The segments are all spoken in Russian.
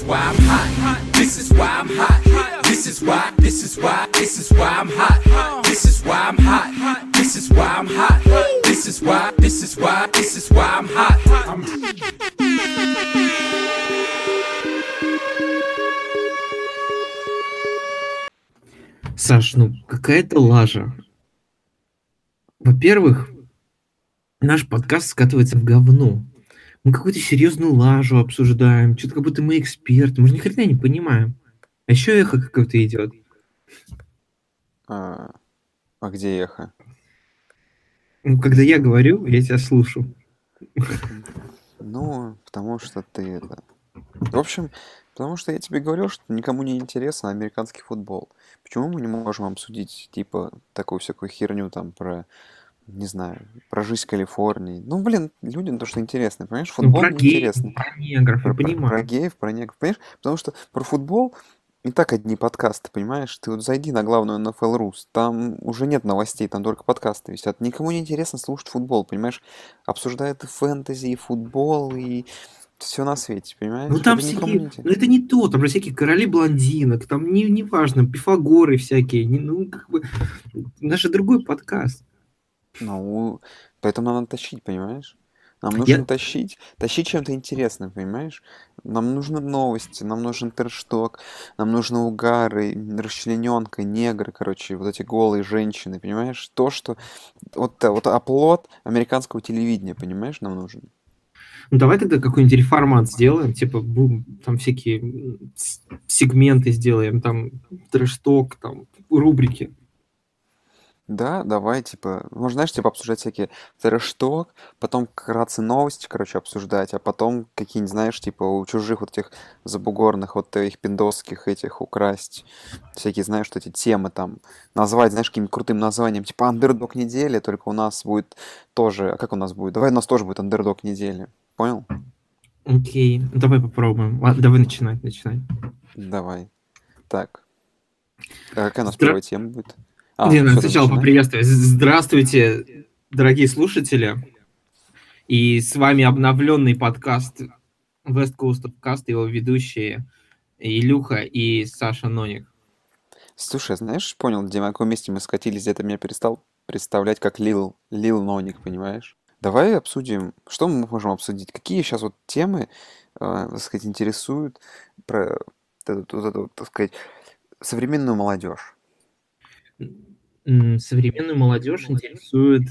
why I'm hot. This is why I'm hot. This is why I'm hot. This is why I'm hot. This is why I'm hot. This is why I'm hot. Саш, ну какая-то лажа. Во-первых, наш подкаст скатывается в говно. Мы какую-то серьезную лажу обсуждаем, что-то как будто мы эксперты, мы же ни хрена не понимаем. А еще эхо какое-то идет. А где эхо? Ну, когда я говорю, я тебя слушаю. Ну, потому что ты это... В общем, потому что я тебе говорил, что никому не интересен американский футбол. Почему мы не можем обсудить, типа, такую всякую херню там про, не знаю, про жизнь в Калифорнии? Ну, блин, людям то, что интересно, понимаешь? Футбол про геев, неинтересно. про негров, я Про понимаю. геев, про негров, понимаешь? Потому что про футбол и так одни подкасты, понимаешь? Ты вот зайди на главную NFL.rus, там уже нет новостей, там только подкасты висят. Никому не интересно слушать футбол, понимаешь? Обсуждают и фэнтези, и футбол, и все на свете, понимаешь? Ну там Это никому не всякие, ну интересно. это не то, там же всякие короли блондинок, там не важно, пифагоры всякие, ну как бы, наш же другой подкаст. Ну, поэтому надо тащить, понимаешь? Нам Я, нужно тащить чем-то интересным, понимаешь? Нам нужны новости, нам нужен трэш-ток, нам нужны угары, расчлененка, негры, короче, вот эти голые женщины, понимаешь? То, что... Вот оплот американского телевидения, понимаешь, нам нужен. ну давай тогда какой-нибудь реформат сделаем, типа там всякие сегменты сделаем, там трэш-ток, там рубрики. Да, давай, типа, можно, знаешь, типа обсуждать всякие трэш-ток, потом вкратце новости, короче, обсуждать, а потом какие-нибудь, знаешь, типа у чужих вот этих забугорных, вот их пиндосских этих украсть, всякие, знаешь, что эти темы там, назвать, знаешь, каким-нибудь крутым названием, типа андердог недели, только у нас будет тоже, а как у нас будет? Давай у нас тоже будет андердог недели, понял? Окей, давай попробуем. Ладно, давай начинать. Давай. Так, а какая у нас Здра... первая тема будет? Не, надо Все, ты сначала начинай. поприветствовать. Здравствуйте, дорогие слушатели. И с вами обновленный подкаст West Coast of Cast, его ведущие Илюха и Саша Ноник. Слушай, знаешь, понял, где на каком месте мы скатились, где-то меня перестал представлять как Лил Ноник, понимаешь? Давай обсудим, что мы можем обсудить, какие сейчас вот темы, так сказать, интересуют про эту, так сказать, современную молодежь. Современную молодежь интересует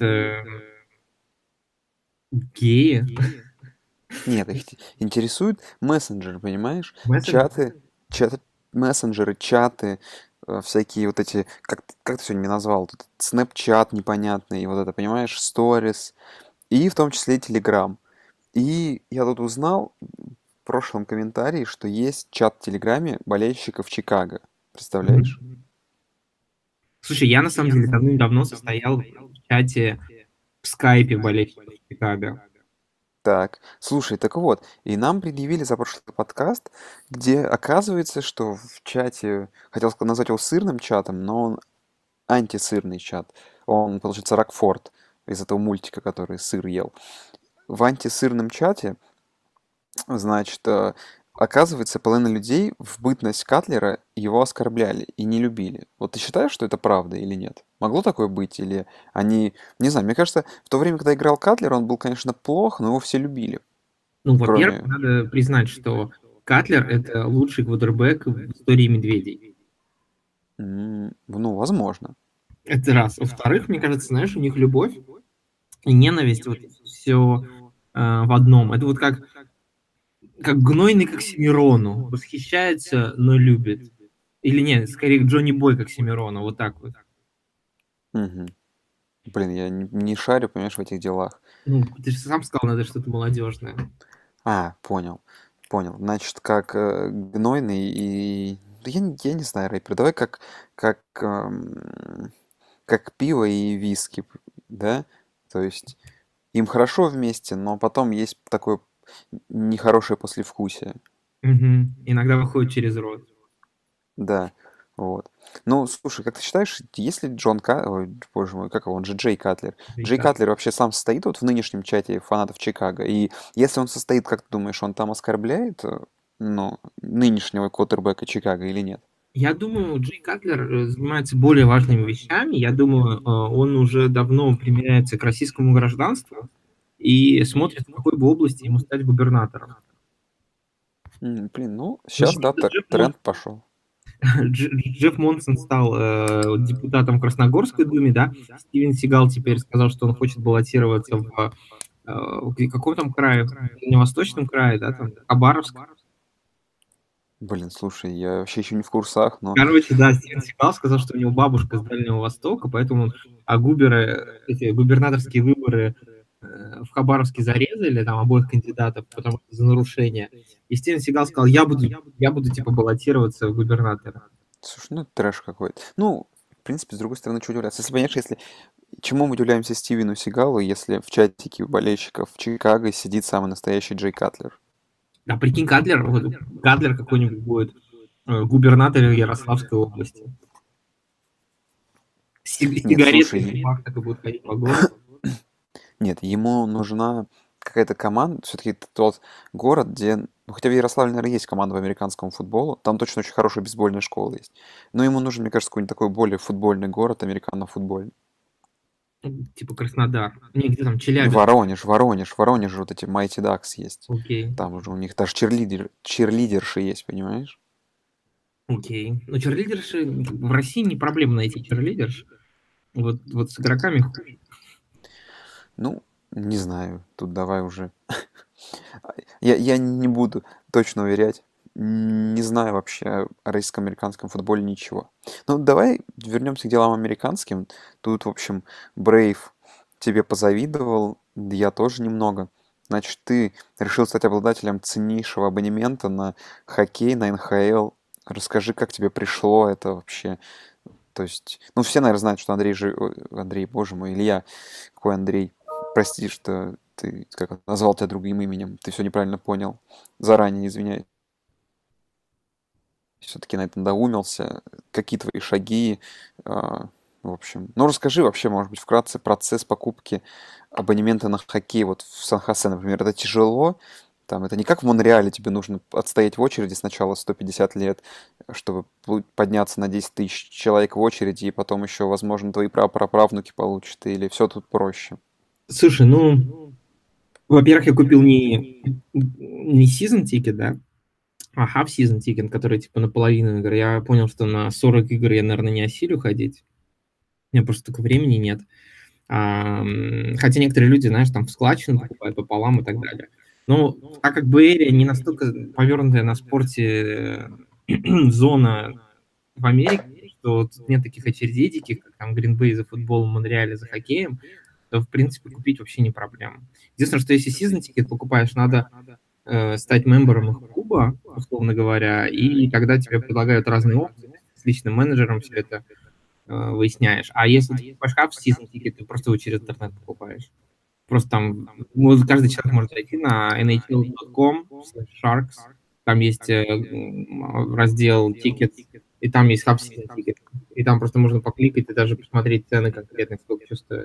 геи. Нет, их интересуют мессенджеры, понимаешь? Мессенджеры. Мессенджеры, чаты, всякие вот эти, как ты сегодня меня назвал, тут Snapchat непонятный, вот это, понимаешь, Stories, и в том числе Telegram. И я тут узнал в прошлом комментарии, что есть чат в Телеграме болельщиков Чикаго. Представляешь? Слушай, я на самом деле давно состоял в чате в скайпе болельщиков Чикаго. Так, слушай, так вот, и нам предъявили за прошлый подкаст, где оказывается, что в чате, хотел назвать его сырным чатом, но он антисырный чат. Он, получается, Рокфорд из этого мультика, который сыр ел. В антисырном чате, значит, оказывается, половина людей в бытность Катлера его оскорбляли и не любили. Вот ты считаешь, что это правда или нет? Могло такое быть? Или они... Не знаю, мне кажется, в то время, когда играл Катлер, он был, конечно, плох, но его все любили. Ну, во-первых, Кроме... надо признать, что Катлер — это лучший квотербек в истории медведей. Ну, возможно. Это раз. Во-вторых, мне кажется, знаешь, у них любовь и ненависть, вот все в одном. Это вот как Гнойный к Оксимирону. Восхищается, но любит. Или нет, скорее Джонни Бой к Оксимирону. Вот так вот. Мгм. Блин, я не шарю, понимаешь, в этих делах. Ну, ты же сам сказал, надо что-то молодежное. Понял. Значит, как гнойный и... Да я не знаю, рэпер. Давай как, как пиво и виски, да? То есть им хорошо вместе, но потом есть такое нехорошее послевкусие. Мгм. Иногда выходит через рот. Да, вот. Ну, слушай, как ты считаешь, если Ой, боже мой, как его, он же Джей Катлер. Джей Катлер вообще сам состоит вот в нынешнем чате фанатов Чикаго? И если он состоит, как ты думаешь, он там оскорбляет ну, нынешнего квотербека Чикаго или нет? Я думаю, Джей Катлер занимается более важными вещами. Я думаю, он уже давно примиряется к российскому гражданству и смотрит, в какой бы области ему стать губернатором. Блин, ну, сейчас, Потому да, что так тренд пошел. Джефф Монсон стал депутатом в Красногорской думе, да. Стивен Сигал теперь сказал, что он хочет баллотироваться в каком там крае, в Дальневосточном крае, да, там, Хабаровск. Блин, слушай, я вообще еще не в курсах, но... Короче, да, Стивен Сигал сказал, что у него бабушка с Дальнего Востока, поэтому эти губернаторские выборы в Хабаровске зарезали, там, обоих кандидатов, потому что за нарушение. И Стивен Сигал сказал, я буду типа, баллотироваться в губернатора. Слушай, ну, это трэш какой-то. Ну, в принципе, с другой стороны, что удивляться. Если, понимаешь, если... Чему мы удивляемся Стивену Сигалу, если в чатике болельщиков Чикаго сидит самый настоящий Джей Катлер? А прикинь, Кадлер какой-нибудь будет губернатор Ярославской области. Нет, Сигареты слушай, в так и будет ходить по городу. нет, ему нужна какая-то команда, все-таки это тот город, где, ну, хотя в Ярославле, наверное, есть команда по американскому футболу, там точно очень хорошая бейсбольная школа есть. Но ему нужен, мне кажется, какой-нибудь такой более футбольный город, американо-футбольный. Типа Краснодар. Не, где там, Челябинск. Воронеж, вот эти Mighty Ducks есть. Окей. Там уже у них даже чирлидерши есть, понимаешь? Окей. Ну, черлидерши... В России не проблема найти черлидерш. Вот с игроками хуже. Ну, не знаю, тут давай уже. Я не буду точно уверять. Не знаю вообще о российско-американском футболе ничего. Ну, давай вернемся к делам американским. Тут, в общем, Брейв тебе позавидовал, я тоже немного. Значит, ты решил стать обладателем ценнейшего абонемента на хоккей, на НХЛ. Расскажи, как тебе пришло это вообще? То есть, ну, все, наверное, знают, что Андрей, боже мой, Илья, какой Андрей? Прости, что ты как назвал тебя другим именем. Ты все неправильно понял. Заранее извиняюсь. Все-таки на это надоумился. Какие твои шаги? В общем, ну расскажи вообще, может быть, вкратце процесс покупки абонемента на хоккей вот в Сан-Хосе, например. Это тяжело? Там, это не как в Монреале, тебе нужно отстоять в очереди сначала 150 лет, чтобы подняться на 10 тысяч человек в очереди, и потом еще, возможно, твои праправнуки получат, или все тут проще? Слушай, ну, во-первых, я купил не season ticket, да, а half-season ticket, который типа наполовину игр. Я понял, что на 40 игр я, наверное, не осилю ходить. У меня просто только времени нет. Хотя некоторые люди, знаешь, там в складчину покупают пополам и так далее. Но так как Бэйрия не настолько повернутая на спорте зона в Америке, что тут нет таких очередей диких, как там Гринбей за футболом, Монреале за хоккеем, то, в принципе, купить вообще не проблема. Единственное, что если season ticket покупаешь, надо стать мембером их клуба, условно говоря, и тогда тебе предлагают разные опции. С личным менеджером все это выясняешь. А если ты покупаешь half-season ticket, ты просто его через интернет покупаешь. Просто там каждый человек может зайти на nhl.com/sharks, там есть раздел tickets, и там есть half-season ticket. И там просто можно покликать и даже посмотреть цены конкретно, сколько что стоит.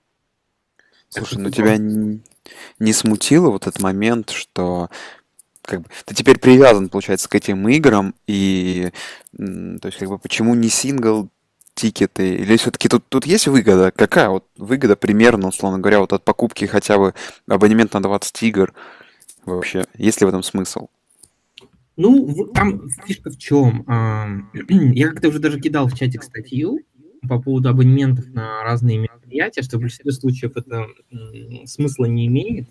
Слушай, ну тебя не смутило вот этот момент, что как бы ты теперь привязан, получается, к этим играм, и то есть как бы почему не сингл тикеты, или все-таки тут есть выгода? Какая вот выгода примерно, условно говоря, вот от покупки хотя бы абонемента на 20 игр вообще? Есть ли в этом смысл? Ну, там фишка в чем? Я как-то уже даже кидал в чатик статью по поводу абонементов на разные мероприятия, что в большинстве случаев это смысла не имеет.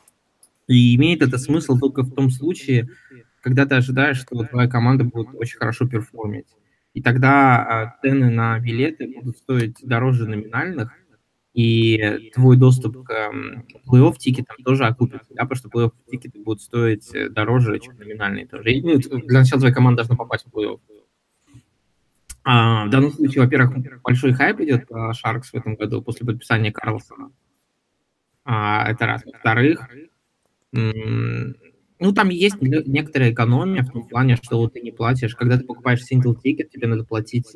И имеет это смысл только в том случае, когда ты ожидаешь, что твоя команда будет очень хорошо перформить. И тогда цены на билеты будут стоить дороже номинальных, и твой доступ к плей-офф тикетам тоже окупится, да, потому что плей-офф тикеты будут стоить дороже, чем номинальные тоже. И, ну, для начала твоя команда должна попасть в плей-офф. В данном случае, во-первых, большой хайп идет по Sharks в этом году после подписания Карлсона. Это раз. Во-вторых, ну, там есть некоторая экономия в том плане, что вот ты не платишь. Когда ты покупаешь сингл тикет, тебе надо платить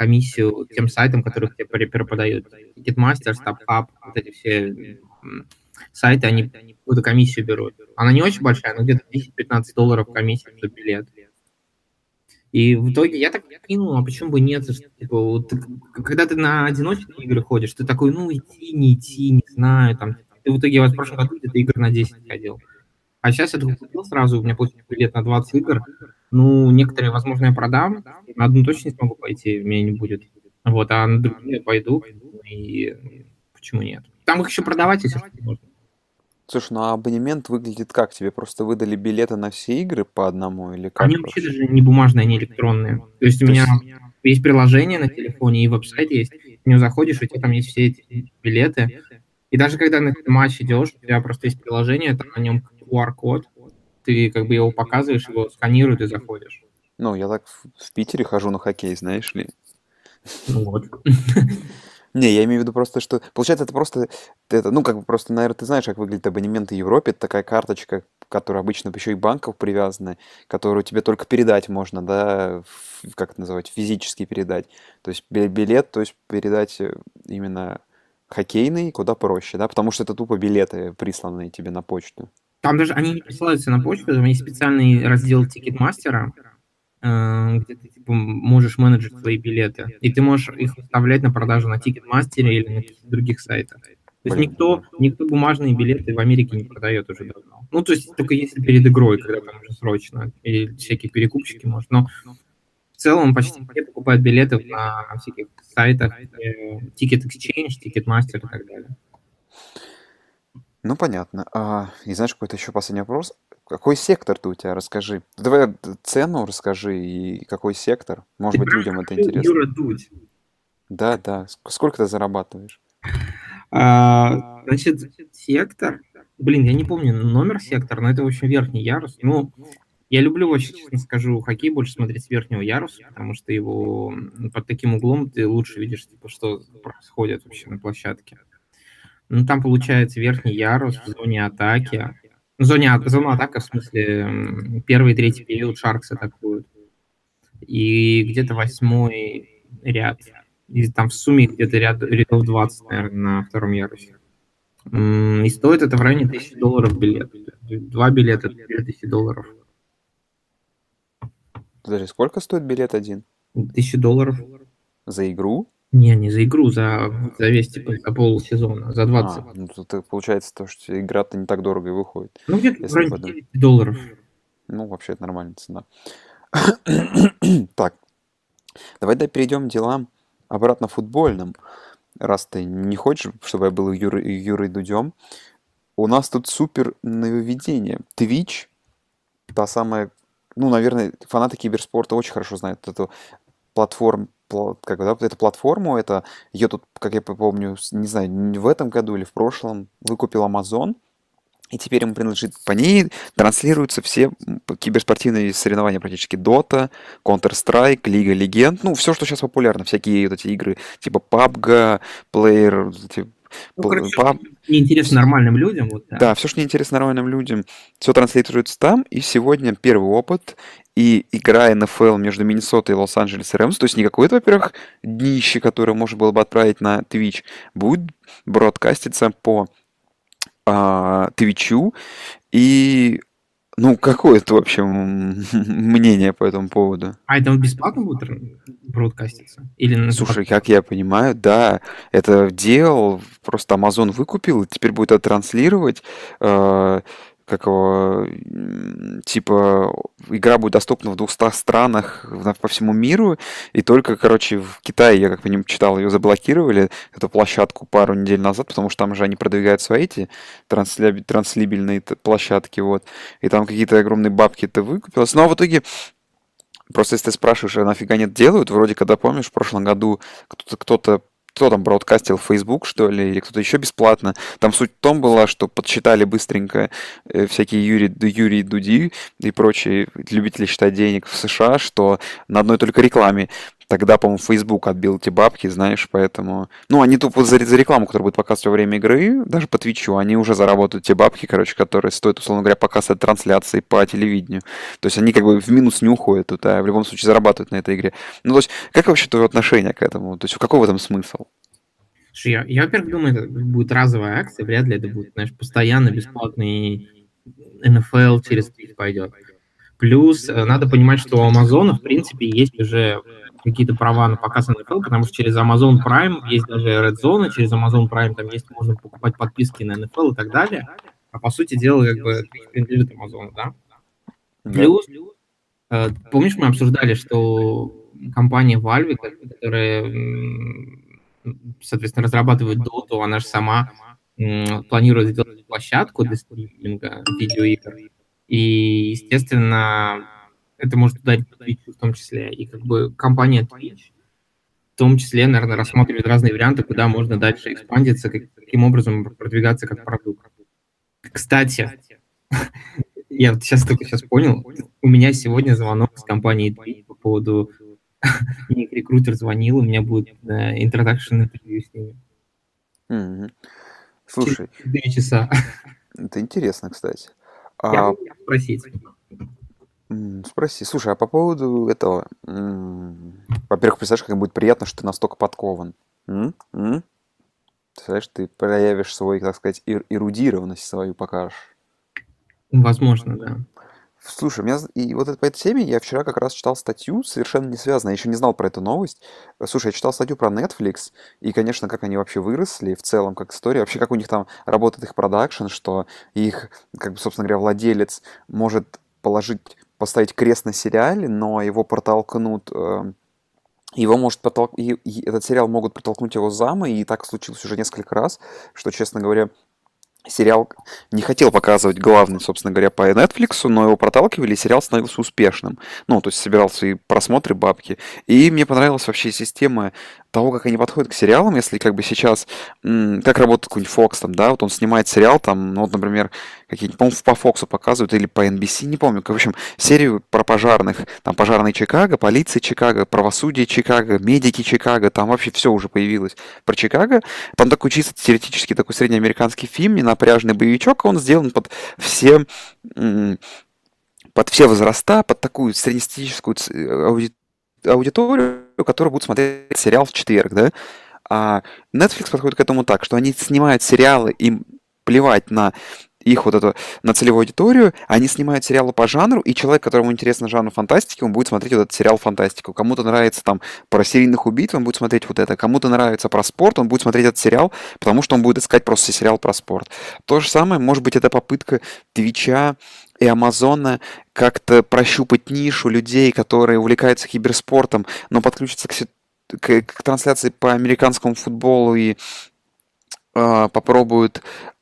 комиссию тем сайтам, которых тебе перепродают. Ticketmaster, StubHub, вот эти все сайты, они какую-то комиссию берут. Она не очень большая, но где-то $10-15 комиссия за билет. И в итоге я так кинул, а почему бы нет? Типа, вот, когда ты на одиночные игры ходишь, ты такой, ну, идти, не знаю, там. Ты в итоге, я в прошлом году где-то игр на 10 ходил. А сейчас я только купил сразу, у меня получится билет на 20 игр. Ну, некоторые, возможно, я продам, на одну точно не смогу пойти, у меня не будет. Вот, а на другие я пойду, и почему нет? Там их еще продавать, если что, можно. Слушай, ну а абонемент выглядит как? Тебе просто выдали билеты на все игры по одному или Они как вообще вообще? даже не бумажные, они электронные. То есть у То меня есть, есть приложение на телефоне и веб-сайт есть. В него заходишь, у тебя там есть все эти билеты. И даже когда на матч идешь, у тебя просто есть приложение, там на нем QR-код, ты как бы его показываешь, его сканируют и заходишь. ну, я так в Питере хожу на хоккей, знаешь ли. Ну вот. Не, я имею в виду просто, что... Получается, это просто... Это, ну, как бы просто, наверное, ты знаешь, как выглядят абонементы в Европе. Это такая карточка, которая обычно еще и банков привязана, которую тебе только передать можно, да, как это называть, физически передать. То есть билет, то есть передать именно хоккейный куда проще, да, потому что это тупо билеты, присланные тебе на почту. Там даже они не присылаются на почту, там есть специальный раздел Тикетмастера, где ты типа, можешь менеджить свои билеты. И ты можешь их выставлять на продажу на Тикетмастере или на каких-то других сайтах. То есть Блин, никто бумажные билеты в Америке не продает уже давно. Ну, то есть только если перед игрой, когда там уже срочно, или всякие перекупщики, может. Но в целом почти все покупают билеты на всяких сайтах, Ticket Exchange, Ticketmaster и так далее. ну понятно. И знаешь, какой-то еще последний вопрос. Какой сектор-то у тебя? Расскажи. Давай цену расскажи и какой сектор. Может Ты быть, прям людям это как интересно. Юра Дудь. Да, да. Сколько ты зарабатываешь? Значит, сектор. Блин, я не помню номер сектора, но это, в общем, верхний ярус. Ну, я люблю, очень честно скажу, хоккей больше смотреть с верхнего яруса, потому что его под таким углом ты лучше видишь, типа, что происходит вообще на площадке. Ну, там получается верхний ярус в зоне атаки. Зона атаки, в смысле, первый и третий период Шаркс атакуют. И где-то 8-й ряд. И там в сумме где-то рядов 20, наверное, на втором ярусе. И стоит это в районе $1000 билет. Два билета $2000. Подожди, сколько стоит билет один? $1000. За игру? Не за игру, за весь, типа, за полсезона, за 20. Ну тут получается то, что игра-то не так дорого и выходит. Ну, где-то в Если районе подумать. $9. Ну, вообще, это нормальная цена. Так, давай перейдем к делам обратно футбольным. Раз ты не хочешь, чтобы я был Юрой Дудем. У нас тут супер нововведение. Twitch, та самая, ну, наверное, фанаты киберспорта очень хорошо знают эту эту платформу, ее тут, как я помню, не знаю, в этом году или в прошлом выкупил Amazon, и теперь ему принадлежит, по ней транслируются все киберспортивные соревнования практически. Dota, Counter-Strike, Лига Легенд, ну, все, что сейчас популярно, всякие вот эти игры типа PUBG, Player, Ну, короче, неинтересно нормальным людям, вот, да. да, все, что неинтересно нормальным людям, все транслируется там. И сегодня первый опыт. И игра НФЛ между Миннесотой и Лос-Анджелес Рэмс, то есть не какое-то, во-первых, днище, которое можно было бы отправить на Twitch, будет бродкаститься по Твичу. И, ну, какое это вообще мнение по этому поводу? А это он бесплатно будет бродкаститься? Или Слушай, как я понимаю, да, это делал, просто Amazon выкупил, и теперь будет это транслировать, как его, типа, игра будет доступна в 200 странах по всему миру, и только, короче, в Китае, я как понимаю, читал, ее заблокировали, эту площадку пару недель назад, потому что там же они продвигают свои эти транслибельные площадки, вот, и там какие-то огромные бабки это выкупилось, но в итоге просто если ты спрашиваешь, а нафига нет делают, вроде когда, помнишь, в прошлом году кто там бродкастил, Facebook, что ли, или кто-то еще бесплатно. Там суть в том была, что подсчитали быстренько всякие Юрий Дуди и прочие любители считать денег в США, что на одной только рекламе тогда, по-моему, Facebook отбил эти бабки, знаешь, поэтому... Ну, они тупо за рекламу, которая будет показывать во время игры, даже по Твичу, они уже заработают те бабки, короче, которые стоят, условно говоря, показывать трансляции по телевидению. То есть они как бы в минус не уходят тут, а в любом случае зарабатывают на этой игре. Ну, то есть, как вообще твое отношение к этому? То есть, какой в этом смысл? Слушай, я, во-первых, думаю, это будет разовая акция, вряд ли это будет, знаешь, постоянно бесплатный НФЛ через Twitch пойдет. Плюс надо понимать, что у Амазона, в принципе, есть уже какие-то права на показ НФЛ, потому что через Amazon Prime есть даже Red Zone, через Amazon Prime там есть, можно покупать подписки на НФЛ и так далее. А по сути дела, как бы, Twitch принадлежит Амазону, да? Да. Плюс, помнишь, мы обсуждали, что компания Valve, которая, соответственно, разрабатывает Dota, она же сама планирует сделать площадку для стриминга видеоигр. И, естественно, это может ударить по Twitch в том числе. И как бы компания Twitch в том числе, наверное, рассматривает разные варианты, куда можно дальше экспандиться, каким образом продвигаться как продукт. Кстати, я вот сейчас понял, у меня сегодня звонок с компании Twitch по поводу... Мне рекрутер звонил, у меня будет introduction интервью с ними. Мгм. Через Слушай, 4 часа. это интересно, кстати. Я А, могу спросить. Спроси. Слушай, а по поводу этого, во-первых, представляешь, как будет приятно, что ты настолько подкован. Представляешь, ты проявишь свой, так сказать, эрудированность свою покажешь. Возможно, да. Слушай, и вот по этой теме я вчера как раз читал статью, совершенно не связанную, я еще не знал про эту новость. Слушай, я читал статью про Netflix, и, конечно, как они вообще выросли в целом, как история, вообще, как у них там работает их продакшн, что их, как бы, собственно говоря, владелец может поставить крест на сериале, но его протолкнут, и этот сериал могут протолкнуть его замы, и так случилось уже несколько раз, что, честно говоря, сериал не хотел показывать главный, собственно говоря, по Netflix, но его проталкивали, и сериал становился успешным. Ну, то есть собирал свои просмотры, бабки. И мне понравилась вообще система того, как они подходят к сериалам, если как бы сейчас, как работает какой-нибудь Fox там, да, вот он снимает сериал там, ну, вот, например, какие-нибудь, по-моему, по Fox показывают или по NBC, не помню, в общем, серию про пожарных, там, пожарные Чикаго, полиция Чикаго, правосудие Чикаго, медики Чикаго, там вообще все уже появилось про Чикаго. Там такой чисто теоретически такой среднеамериканский фильм, ненапряжный боевичок, он сделан под все возраста, под такую среднестатистическую аудиторию, которая будет смотреть сериал в четверг, да? А Netflix подходит к этому так, что они снимают сериалы, им плевать на их вот эту, на целевую аудиторию, они снимают сериалы по жанру, и человек, которому интересно жанр фантастики, он будет смотреть вот этот сериал фантастику. Кому-то нравится там про серийных убийц, он будет смотреть вот это. Кому-то нравится про спорт, он будет смотреть этот сериал, потому что он будет искать просто сериал про спорт. То же самое, может быть, это попытка Твича и Амазона как-то прощупать нишу людей, которые увлекаются киберспортом, но подключатся к трансляции по американскому футболу и попробуют,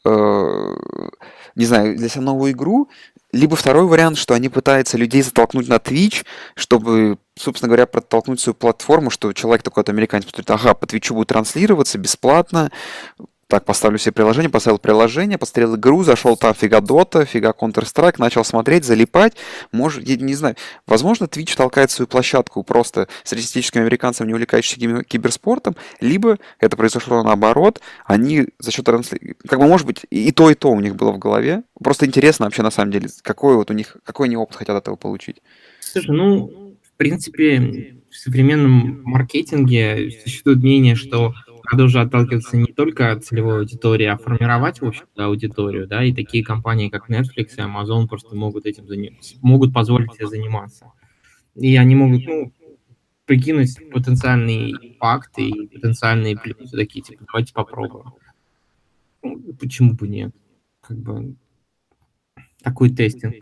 не знаю, для себя новую игру. Либо второй вариант, что они пытаются людей затолкнуть на Twitch, чтобы, собственно говоря, протолкнуть свою платформу, что человек такой, американец, посмотрит, ага, по Твичу будет транслироваться бесплатно, так, поставлю себе приложение, поставил приложение, посмотрел игру, зашел там фига Dota, фига Counter-Strike, начал смотреть, залипать. Может, я не знаю, возможно, Twitch толкает свою площадку просто среднестатистическим американцам, не увлекающимся киберспортом, либо это произошло наоборот, они за счет как бы, может быть, и то у них было в голове. Просто интересно вообще, на самом деле, какой они опыт хотят от этого получить. Слушай, ну, в принципе, в современном маркетинге существует мнение, что надо уже отталкиваться не только от целевой аудитории, а формировать, в общем-то, аудиторию, да, и такие компании, как Netflix и Amazon, просто могут этим могут позволить себе заниматься. И они могут, ну, прикинуть потенциальные факты и потенциальные плюсы, такие, типа, давайте попробуем. Ну, почему бы нет? Как бы такой тестинг.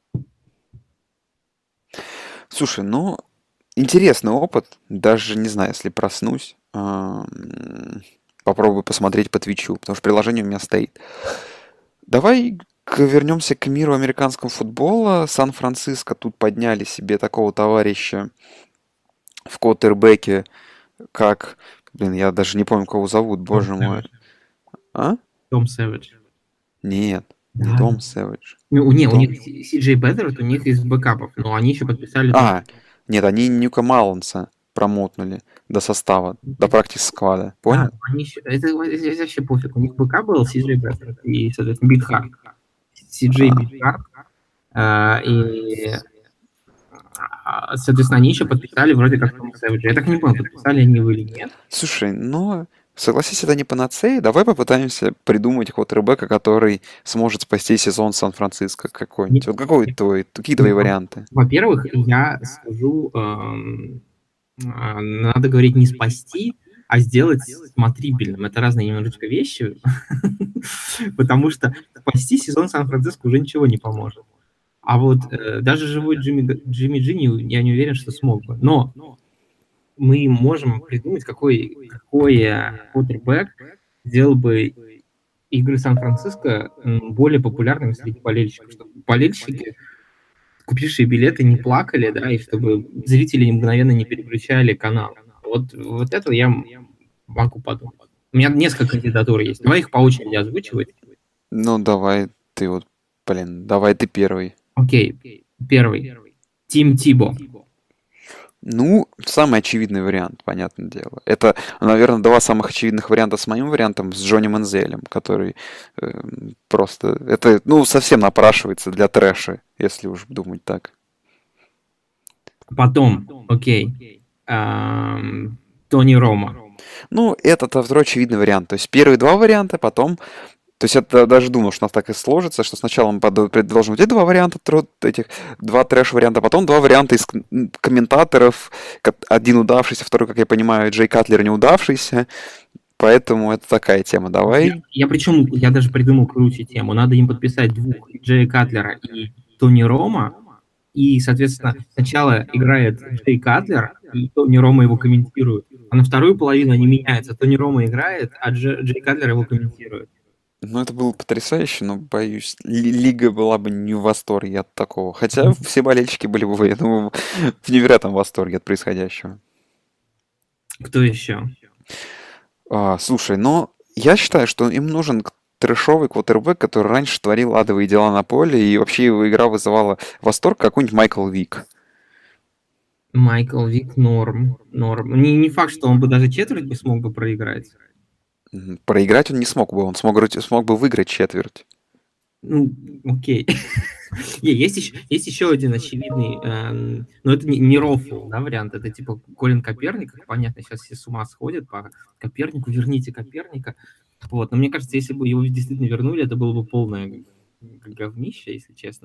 Слушай, ну, интересный опыт. Даже не знаю, если проснусь, попробую посмотреть по Твичу, потому что приложение у меня стоит. Давай вернемся к миру американского футбола. Сан-Франциско тут подняли себе такого товарища в квотербеке, как... Блин, я даже не помню, кого зовут, боже мой. А? Том Сэвидж. Нет, не Да. Том Сэвидж. Ну, у них Си-Джей Беthered, у них из бэкапов, но они еще подписали... Нет, они Ньюка Малланса промотнули до состава, до практик-сквада. Понял? Это вообще пофиг. У них бэкап был Си-Джей Беthered и, соответственно, Битхарт. Си-Джей Битхарт. И, соответственно, они еще подписали вроде как Том Сэвиджа. Я так не понял, подписали они его или нет. Слушай, ну, Согласись, это не панацея. Давай попытаемся придумать квотербека, который сможет спасти сезон Сан-Франциско какой-нибудь. Вот какие твои Ну, варианты? во-первых, я скажу, надо говорить не спасти, а сделать смотрибельным. Это разные немножечко вещи, потому что спасти сезон Сан-Франциско уже ничего не поможет. А вот даже живой Джимми Джи я не уверен, что смог бы. Но мы можем придумать, какой квотербек сделал бы игры Сан-Франциско более популярными среди болельщиков, чтобы болельщики, купившие билеты, не плакали, да, и чтобы зрители мгновенно не переключали канал. Вот это я могу подумать. У меня несколько кандидатур есть. Давай их по очереди озвучивать. Ну, давай ты первый. Окей. Первый. Тим Тибо. Ну, самый очевидный вариант, понятное дело. Это, наверное, два самых очевидных варианта с моим вариантом, с Джонни Манзелем, который просто... Это, ну, совсем напрашивается для трэша, если уж думать так. Потом, окей. Тони Рома. Ну, это второй очевидный вариант. То есть первые два варианта, потом... То есть я даже думал, что у нас так и сложится, что сначала мы должны быть два варианта, этих два трэш-варианта, потом два варианта из комментаторов. Один удавшийся, второй, как я понимаю, Джей Катлер неудавшийся. Поэтому это такая тема. Давай. Я даже придумал круче тему. Надо им подписать двух, Джея Катлера и Тони Рома. И, соответственно, сначала играет Джей Катлер, и Тони Рома его комментирует. А на вторую половину они меняются. Тони Рома играет, а Джей Катлер его комментирует. Ну, это было потрясающе, но, боюсь, лига была бы не в восторге от такого. Хотя все болельщики были бы, я думаю, в невероятном восторге от происходящего. Кто еще? Слушай, но я считаю, что им нужен трэшовый квотербек, который раньше творил адовые дела на поле, и вообще его игра вызывала восторг, какой-нибудь Майкл Вик. Майкл Вик норм. Не факт, что он бы даже четверть бы смог бы проиграть. Проиграть он не смог бы, он смог бы выиграть четверть. Ну, окей. Есть еще один очевидный, но это не рофл, да, вариант, это типа Колин Коперник, понятно, сейчас все с ума сходят по Копернику, верните Коперника. Вот, но мне кажется, если бы его действительно вернули, это было бы полное говнище, если честно.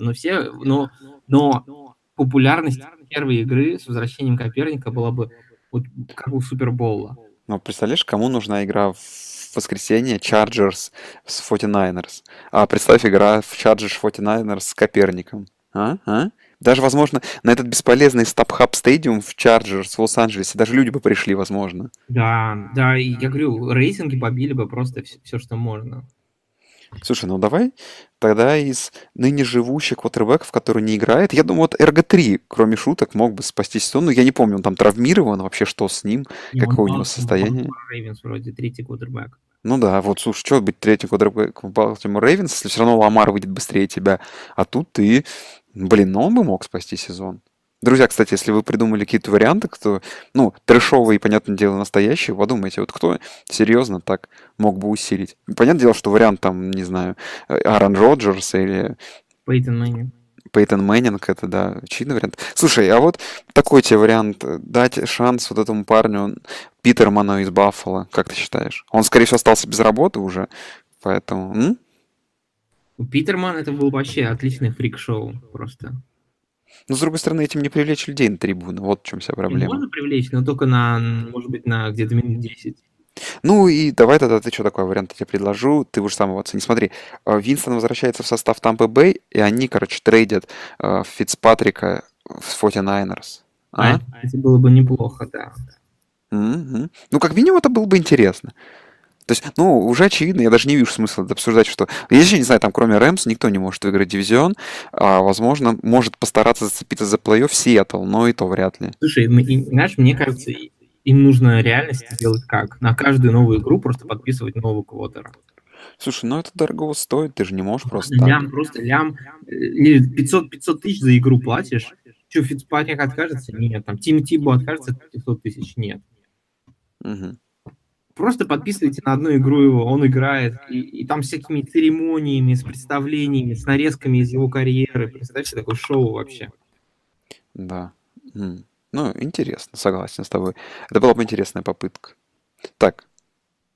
Но популярность первой игры с возвращением Коперника была бы вот как у Супербоула. Но представляешь, кому нужна игра в воскресенье Chargers с 49ers? А представь, игра в Chargers 49ers с Коперником. А? Даже, возможно, на этот бесполезный StubHub Stadium в Chargers в Лос-Анджелесе даже люди бы пришли, возможно. Да, и я говорю, рейтинги побили бы просто все, что можно. Слушай, ну давай тогда из ныне живущих квотербеков, который не играет, я думаю, вот РГ-3, кроме шуток, мог бы спасти сезон. Ну, я не помню, он там травмирован, вообще что с ним, какое у него состояние. Рейвенс вроде третий квотербек. Ну да, вот слушай, что быть третьим квотербеком в Балтимор Рейвенс, если все равно Ламар выйдет быстрее тебя, а тут ты, ну он бы мог спасти сезон. Друзья, кстати, если вы придумали какие-то варианты, кто, ну, трэшовые, понятное дело, настоящие, подумайте, вот кто серьезно так мог бы усилить. Понятное дело, что вариант там, не знаю, Аарон Роджерс или Пейтон Мэннинг, это, да, очевидный вариант. Слушай, а вот такой тебе вариант, дать шанс вот этому парню Питерману из Баффало, как ты считаешь? Он, скорее всего, остался без работы уже, поэтому... Питерман это был вообще отличный фрик-шоу просто. Но, с другой стороны, этим не привлечь людей на трибуну. Вот в чем вся проблема. Можно привлечь, но только может быть, на где-то минут 10. Ну и давай тогда ты что такой вариант я тебе предложу, ты уж сам его оцени. Смотри, Винстон возвращается в состав Тампы Бэй, и они, короче, трейдят Фицпатрика в 49ers. Это было бы неплохо, да. Ну, как минимум, это было бы интересно. То есть, ну, уже очевидно, я даже не вижу смысла обсуждать, что... Я еще не знаю, там, кроме Рэмс, никто не может выиграть дивизион. Возможно, может постараться зацепиться за плей-офф Сиэтл, но и то вряд ли. Слушай, знаешь, мне кажется, им нужно реальность сделать как? На каждую новую игру просто подписывать нового квотера. Слушай, ну это дорого стоит, ты же не можешь просто лям, просто лям. Или 500 тысяч за игру платишь. Что, Фицпатрик откажется? Нет. Там Тим Тибо откажется от 500 тысяч? Нет. Угу. Просто подписывайте на одну игру его, он играет, и там всякими церемониями, с представлениями, с нарезками из его карьеры. Представьте, такое шоу вообще. Да. Ну, интересно, согласен с тобой. Это была бы интересная попытка. Так,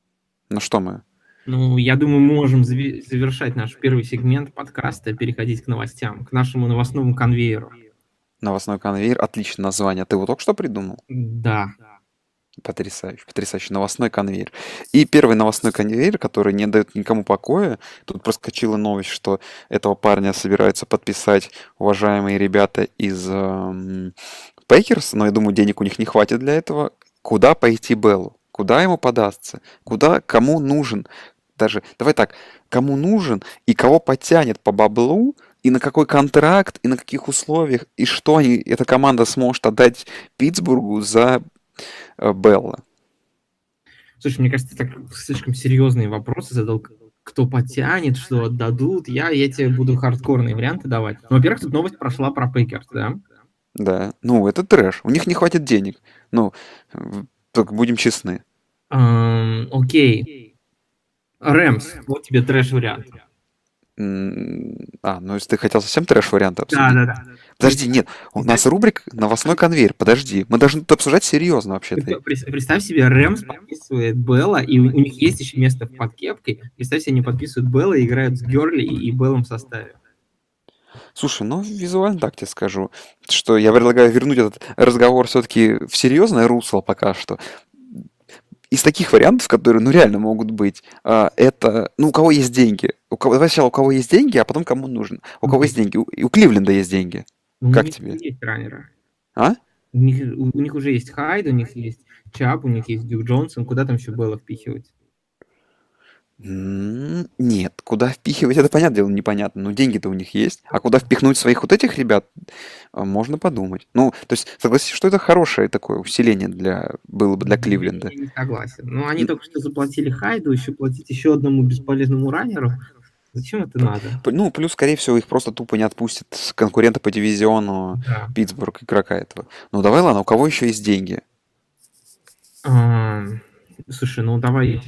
Ну что мы? Ну, я думаю, мы можем завершать наш первый сегмент подкаста и переходить к новостям, к нашему новостному конвейеру. Новостной конвейер. Отличное название. Ты его только что придумал? Да. Потрясающе, потрясающий новостной конвейер. И первый новостной конвейер, который не дает никому покоя, тут проскочила новость, что этого парня собираются подписать уважаемые ребята из Пейкерс, но я думаю, денег у них не хватит для этого. Куда пойти Беллу? Куда ему подастся? Куда, кому нужен? Даже, давай так, кому нужен и кого потянет по баблу, и на какой контракт, и на каких условиях, и что эта команда сможет отдать Питтсбургу за Белла. Слушай, мне кажется, ты так слишком серьезные вопросы задал. Кто потянет, что отдадут. Я тебе буду хардкорные варианты давать. Ну, во-первых, тут новость прошла про Пейкерс, да? Да, ну это трэш. У них не хватит денег. Ну, только будем честны. Окей. Рэмс, вот тебе трэш-вариант. Ну если ты хотел совсем трэш-варианты обсудить. Да. Подожди, нет, у нас рубрик «Новостной конвейер». Подожди, мы должны это обсуждать серьезно вообще-то. Представь себе, Рэмс подписывает Белла, и у них есть еще место в подкепке. Представь себе, они подписывают Белла и играют с Герли и Беллом в составе. Слушай, ну визуально так тебе скажу, что я предлагаю вернуть этот разговор все-таки в серьезное русло пока что. Из таких вариантов, которые, ну, реально могут быть, это, ну, у кого есть деньги. Давай сначала, у кого есть деньги, а потом кому нужен. У кого есть деньги? И у Кливленда есть деньги. Ну, Как у них тебе? есть раннеры. А? У них уже есть Хайд, у них есть Чап, у них есть Дюк Джонсон. Куда там еще Белла впихивать? Нет, куда впихивать, это, понятное дело, непонятно, но деньги-то у них есть. А куда впихнуть своих вот этих ребят, можно подумать. Ну, то есть, согласись, что это хорошее такое усиление было бы для Кливленда. Я не согласен. Ну, они только что заплатили Хайду, еще платить еще одному бесполезному раннеру. Зачем это надо? Ну, плюс, скорее всего, их просто тупо не отпустят с конкурента по дивизиону Да. Питтсбург, игрока этого. Ну, давай, ладно, у кого еще есть деньги? Слушай, ну давай.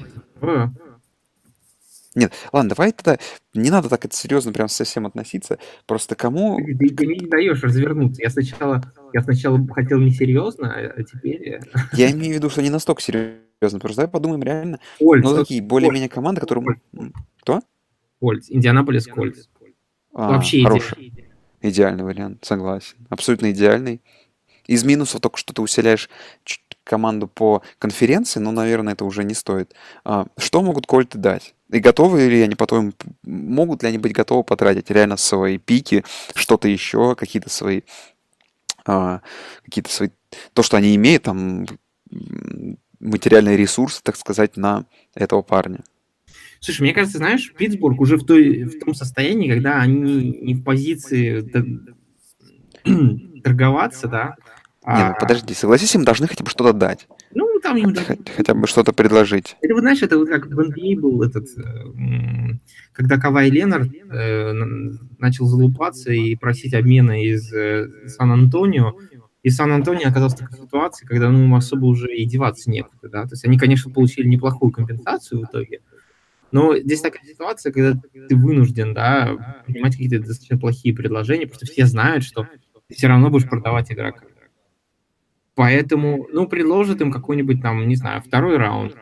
Нет, ладно, давай тогда, не надо так это серьезно прям совсем относиться, просто кому... Ты мне не даешь развернуться. Я сначала хотел несерьезно, а теперь... Я имею в виду, что не настолько серьезно, просто давай подумаем реально, Кольц. ну, такие более-менее команды, которые... Кто? Кольц. Индианаполис Кольц. Вообще хороший. Идеальный вариант, согласен. Абсолютно идеальный. Из минусов только что ты усиляешь команду по конференции, но, наверное, это уже не стоит. Что могут Кольты дать? И готовы ли они, по-твоему, могут ли они быть готовы потратить реально свои пики, что-то еще, какие-то свои, то, что они имеют, там, материальные ресурсы, так сказать, на этого парня? Слушай, мне кажется, знаешь, Питтсбург уже в том состоянии, когда они не в позиции торговаться, да. Не, ну подожди, согласись, им должны хотя бы что-то дать. Ну, там им хотя бы что-то предложить. Это вот, знаешь, это вот как в NBA был когда Кавай Ленард начал залупаться и просить обмена из Сан-Антонио, и Сан-Антонио оказался в такой ситуации, когда им особо уже и деваться некуда, да. То есть они, конечно, получили неплохую компенсацию в итоге, но здесь такая ситуация, когда ты вынужден, да, принимать какие-то достаточно плохие предложения, потому что все знают, что ты все равно будешь продавать игрока. Поэтому, предложат им какой-нибудь там, не знаю, второй раунд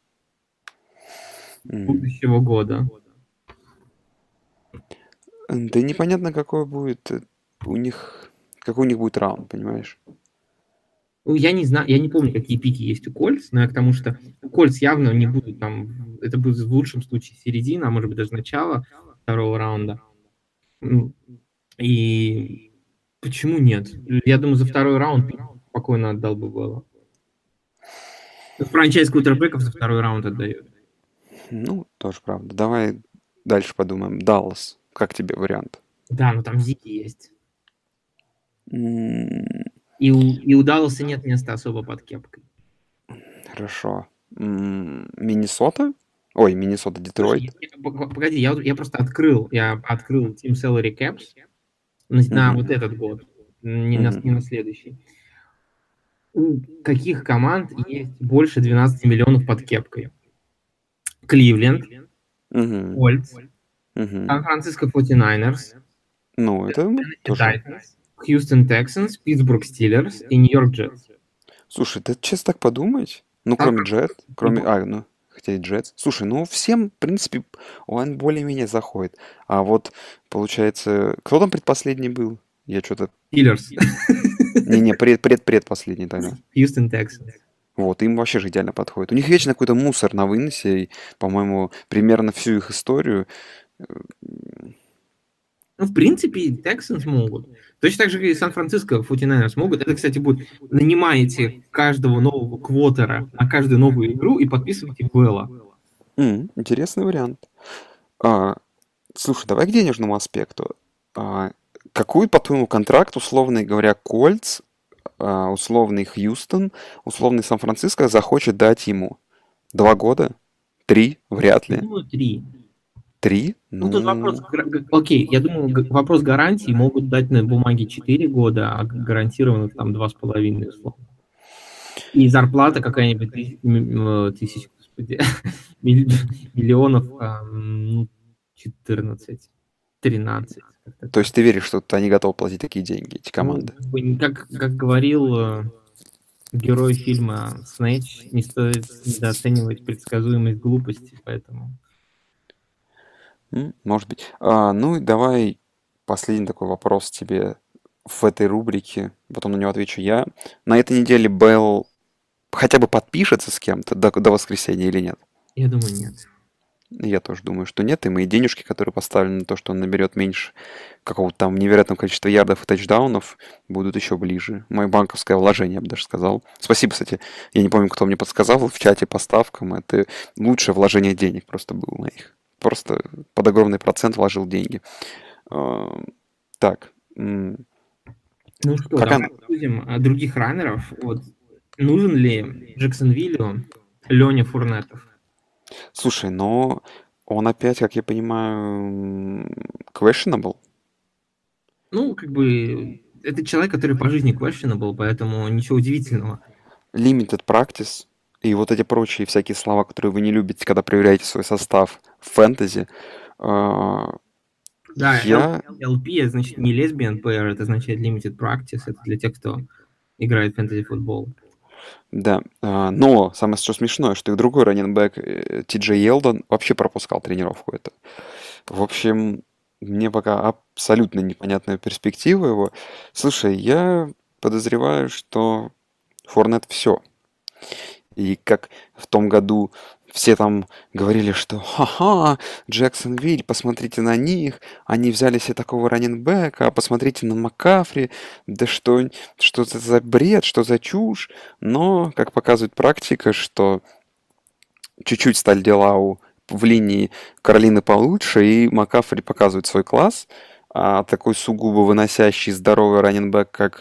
будущего года. Да непонятно, какой будет у них будет раунд, понимаешь? Я не знаю, я не помню, какие пики есть у Кольц, но я к тому, что у Кольц явно не будут там, это будет в лучшем случае середина, а может быть даже начало второго раунда. И почему нет? Я думаю, за второй раунд спокойно отдал бы Белла. Франчайз квотербеков за второй раунд отдает. Ну, тоже правда. Давай дальше подумаем. Даллас. Как тебе вариант? Да, но там Зики есть. И у Далласа нет места особо под кепкой. Хорошо. Миннесота? Ой, Миннесота, Детройт. Погоди, я просто открыл Team Salary Caps на вот этот год, не на следующий. У каких команд есть больше 12 миллионов под кепкой? Кливленд, Кольц, Сан-Франциско 49ers, ну, это тоже... Хьюстон Texans, Питтсбург Стиллерс и Нью-Йорк Джетс. Слушай, ты честно так подумать? Ну, кроме Джет, кроме... Хотя и Джетс. Слушай, ну всем, в принципе, он более-менее заходит. А вот, получается, кто там предпоследний был? Я что-то... Steelers, Не-не, предпоследний тогда. Houston Texans. Вот, им вообще же идеально подходит. У них вечно какой-то мусор на выносе, и, по-моему, примерно всю их историю. Ну, в принципе, Texans могут. Точно так же, как и Сан-Франциско 49ers могут. Это, кстати, будет нанимаете каждого нового квотера на каждую новую игру и подписываете Белла. Интересный вариант. А, слушай, давай к денежному аспекту. Какой, по-твоему, контракт, условно говоря, Кольц, условный Хьюстон, условный Сан-Франциско захочет дать ему? 2 года? 3? Вряд ли. Думаю, 3. 3? Ну, тут Ну, вопрос... Окей, я думаю, вопрос гарантии могут дать на бумаге 4 года, а гарантированно там 2,5, условно. И зарплата какая-нибудь тысяч, господи, миллионов, 14, 13. то есть ты веришь, что они готовы платить такие деньги, эти команды? Ну, как говорил герой фильма «Снэч», не стоит недооценивать предсказуемость глупости, поэтому... Может быть. Ну и давай последний такой вопрос тебе в этой рубрике, потом на него отвечу я. На этой неделе Белл хотя бы подпишется с кем-то до воскресенья или нет? Я думаю, нет. Я тоже думаю, что нет. И мои денежки, которые поставлены на то, что он наберет меньше какого-то там невероятного количества ярдов и тачдаунов, будут еще ближе. Мое банковское вложение, я бы даже сказал. Спасибо, кстати. Я не помню, кто мне подсказал в чате по ставкам. Это лучшее вложение денег просто было моих. Просто под огромный процент вложил деньги. Так. Ну что, Пока... давай обсудим других раннеров. Вот. Нужен ли Джексонвиллю Леня Фурнетов? Слушай, но он опять, как я понимаю, questionable. Ну, как бы, это человек, который по жизни questionable, поэтому ничего удивительного. Limited practice и вот эти прочие всякие слова, которые вы не любите, когда проверяете свой состав в фэнтези. Да, Я... LP, это значит не lesbian player, это означает limited practice, это для тех, кто играет в фэнтези-футбол. Да, но самое что смешное, что и другой раннинбэк Ти Джей Елдон вообще пропускал тренировку эту. В общем, мне пока абсолютно непонятная перспектива его. Слушай, я подозреваю, что Форнет все. И как в том году все там говорили, что ха-ха, Джексонвиль, посмотрите на них, они взяли себе такого раннинбека, а посмотрите на Маккафри, да что это за бред, что за чушь. Но, как показывает практика, что чуть-чуть стали дела в линии Каролины получше, и Маккафри показывает свой класс, а такой сугубо выносящий здоровый раннинбэк, как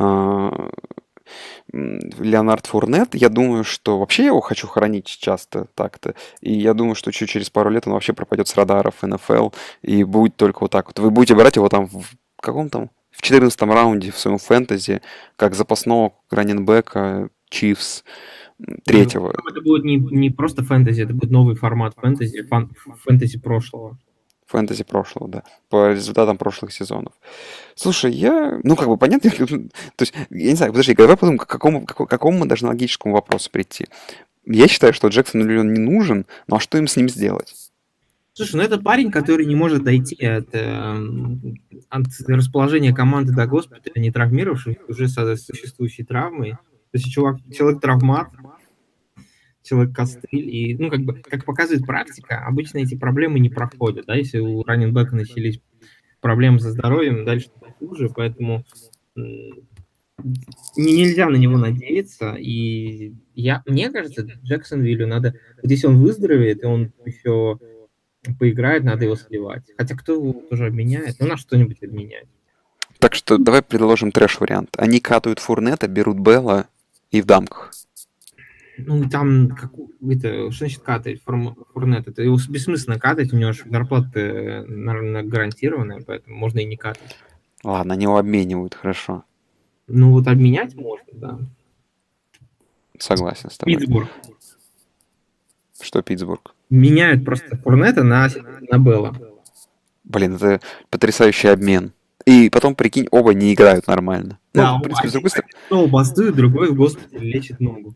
Леонард Фурнет, я думаю, что вообще я его хочу хранить часто так-то. И я думаю, что чуть через пару лет он вообще пропадет с радаров НФЛ и будет только вот так вот. Вы будете брать его там в каком там? В 14-м раунде в своем фэнтези, как запасного раннинбека Чифс третьего. Это будет не просто фэнтези, это будет новый формат фэнтези, фэнтези прошлого. Фэнтези прошлого, да. По результатам прошлых сезонов. Слушай, ну, как бы, понятно, то есть, я не знаю, подожди, давай подумаем, к какому мы должны логическому вопросу прийти. Я считаю, что Джексон не нужен, ну, а что им с ним сделать? Слушай, ну, это парень, который не может дойти от расположения команды до госпиталя, не травмировавшись уже с существующей травмой. То есть человек травмат, человек костыль, и, ну, как бы, как показывает практика, обычно эти проблемы не проходят, да, если у раннинбека начались проблемы со здоровьем, дальше хуже, поэтому нельзя на него надеяться, и мне кажется, Джексонвиллю надо, вот если он выздоровеет, и он еще поиграет, надо его сливать. Хотя кто его тоже обменяет, ну, на что-нибудь обменять. Так что давай предложим трэш-вариант. Они катают Фурнета, берут Белла и в дамках. Ну, там, что значит катать Фурнет? Это его бессмысленно катать, у него же зарплата, наверное, гарантированная, поэтому можно и не катать. Ладно, они его обменивают, хорошо. Ну, вот обменять можно, да. Согласен с тобой. Питтсбург. Что Питтсбург? Меняют просто Фурнета на Белла. Блин, это потрясающий обмен. И потом, прикинь, оба не играют нормально. Да, ну, в принципе, с другой стороны... бастует, другой в госпитале лечит ногу.